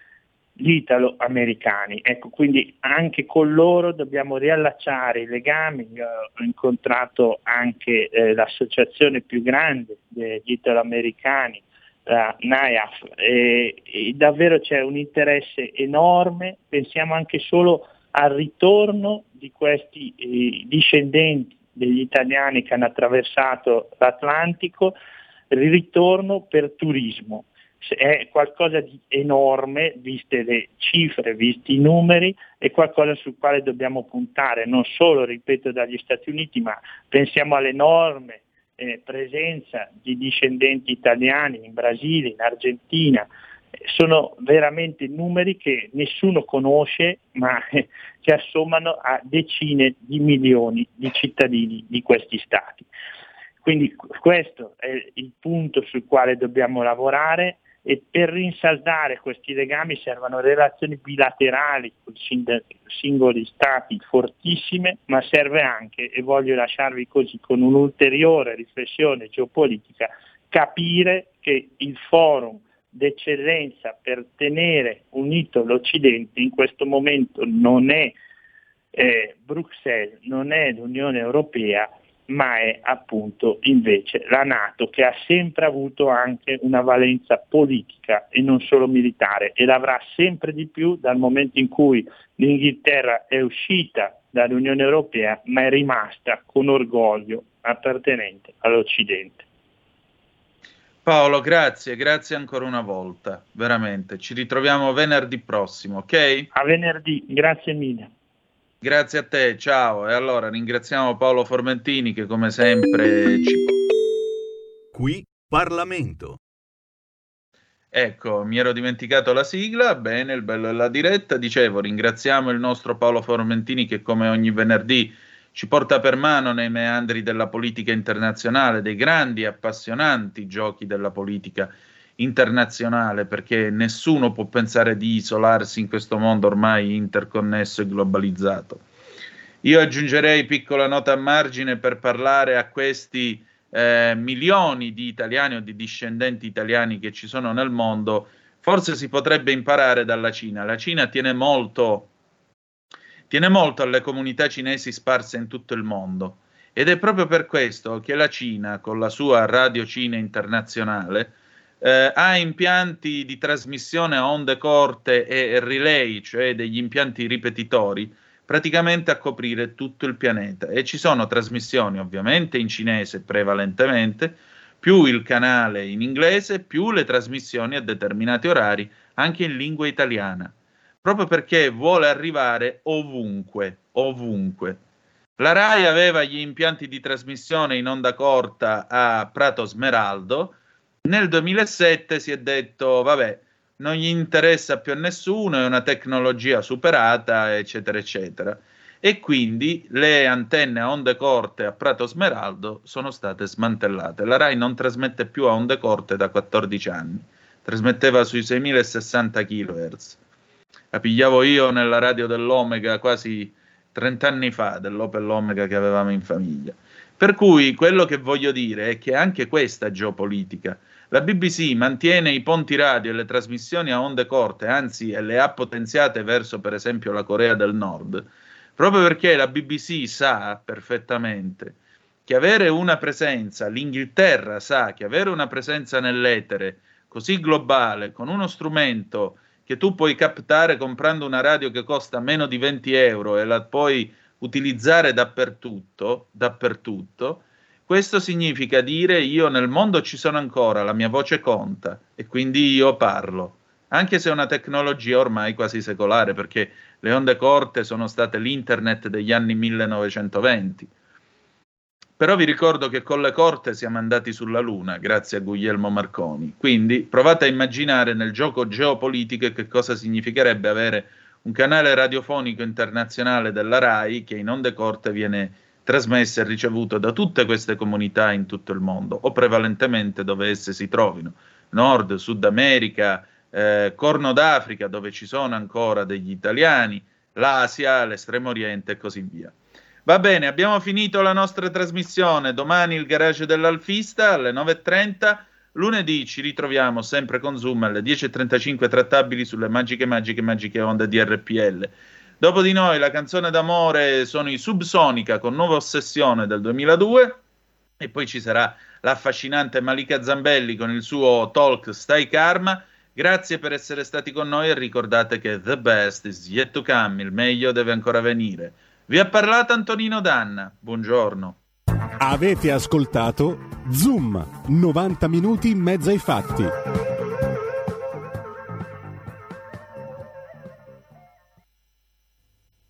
gli italo-americani. Ecco, quindi anche con loro dobbiamo riallacciare i legami. Io ho incontrato anche eh, l'associazione più grande degli italo-americani, la N A I A F, e, e davvero c'è un interesse enorme. Pensiamo anche solo al ritorno di questi eh, discendenti degli italiani che hanno attraversato l'Atlantico, il ritorno per turismo. È qualcosa di enorme, viste le cifre, visti i numeri, è qualcosa sul quale dobbiamo puntare, non solo, ripeto, dagli Stati Uniti, ma pensiamo all'enorme eh, presenza di discendenti italiani in Brasile, in Argentina. Sono veramente numeri che nessuno conosce, ma eh, che assommano a decine di milioni di cittadini di questi stati. Quindi questo è il punto sul quale dobbiamo lavorare, e per rinsaldare questi legami servono relazioni bilaterali con singoli stati fortissime, ma serve anche, e voglio lasciarvi così con un'ulteriore riflessione geopolitica, capire che il forum d'eccellenza per tenere unito l'Occidente in questo momento non è eh, Bruxelles, non è l'Unione Europea, ma è appunto invece la NATO, che ha sempre avuto anche una valenza politica e non solo militare, e l'avrà sempre di più dal momento in cui l'Inghilterra è uscita dall'Unione Europea, ma è rimasta con orgoglio appartenente all'Occidente. Paolo, grazie, grazie ancora una volta, veramente. Ci ritroviamo venerdì prossimo, ok? A venerdì, grazie mille. Grazie a te, ciao. E allora ringraziamo Paolo Formentini che come sempre ci... Qui Parlamento. Ecco, mi ero dimenticato la sigla, bene, il bello della diretta. Dicevo, ringraziamo il nostro Paolo Formentini che come ogni venerdì ci porta per mano nei meandri della politica internazionale, dei grandi, appassionanti giochi della politica internazionale, perché nessuno può pensare di isolarsi in questo mondo ormai interconnesso e globalizzato. Io aggiungerei piccola nota a margine per parlare a questi eh, milioni di italiani o di discendenti italiani che ci sono nel mondo. Forse si potrebbe imparare dalla Cina. La Cina tiene molto, tiene molto alle comunità cinesi sparse in tutto il mondo, ed è proprio per questo che la Cina, con la sua Radio Cina Internazionale, Eh, ha impianti di trasmissione a onde corte e relay, cioè degli impianti ripetitori, praticamente a coprire tutto il pianeta, e ci sono trasmissioni ovviamente in cinese prevalentemente, più il canale in inglese, più le trasmissioni a determinati orari anche in lingua italiana, proprio perché vuole arrivare ovunque, ovunque. La RAI aveva gli impianti di trasmissione in onda corta a Prato Smeraldo. Nel duemilasette si è detto, vabbè, non gli interessa più a nessuno, è una tecnologia superata, eccetera, eccetera. E quindi le antenne a onde corte a Prato Smeraldo sono state smantellate. La RAI non trasmette più a onde corte da quattordici anni, trasmetteva sui seimilasessanta chilohertz. La pigliavo io nella radio dell'Omega quasi trenta anni fa, dell'Opel Omega che avevamo in famiglia. Per cui quello che voglio dire è che anche questa è geopolitica. La B B C mantiene i ponti radio e le trasmissioni a onde corte, anzi le ha potenziate verso per esempio la Corea del Nord, proprio perché la B B C sa perfettamente che avere una presenza, l'Inghilterra sa che avere una presenza nell'etere così globale, con uno strumento che tu puoi captare comprando una radio che costa meno di venti euro e la puoi utilizzare dappertutto, dappertutto, questo significa dire io nel mondo ci sono ancora, la mia voce conta e quindi io parlo, anche se è una tecnologia ormai quasi secolare, perché le onde corte sono state l'internet degli anni millenovecentoventi. Però vi ricordo che con le corte siamo andati sulla Luna, grazie a Guglielmo Marconi. Quindi provate a immaginare nel gioco geopolitico che cosa significherebbe avere un canale radiofonico internazionale della RAI che in onde corte viene trasmesso e ricevuto da tutte queste comunità in tutto il mondo, o prevalentemente dove esse si trovino, Nord, Sud America, eh, Corno d'Africa, dove ci sono ancora degli italiani, l'Asia, l'Estremo Oriente e così via. Va bene, abbiamo finito la nostra trasmissione. Domani il garage dell'Alfista alle nove e trenta. Lunedì ci ritroviamo sempre con Zoom alle dieci e trentacinque trattabili sulle magiche, magiche, magiche onde di R P L. Dopo di noi la canzone d'amore sono i Subsonica con Nuova Ossessione del duemiladue e poi ci sarà l'affascinante Malika Zambelli con il suo talk Stai Karma. Grazie per essere stati con noi e ricordate che the best is yet to come, il meglio deve ancora venire. Vi ha parlato Antonino Danna, buongiorno. Avete ascoltato Zoom, novanta minuti in mezzo ai fatti.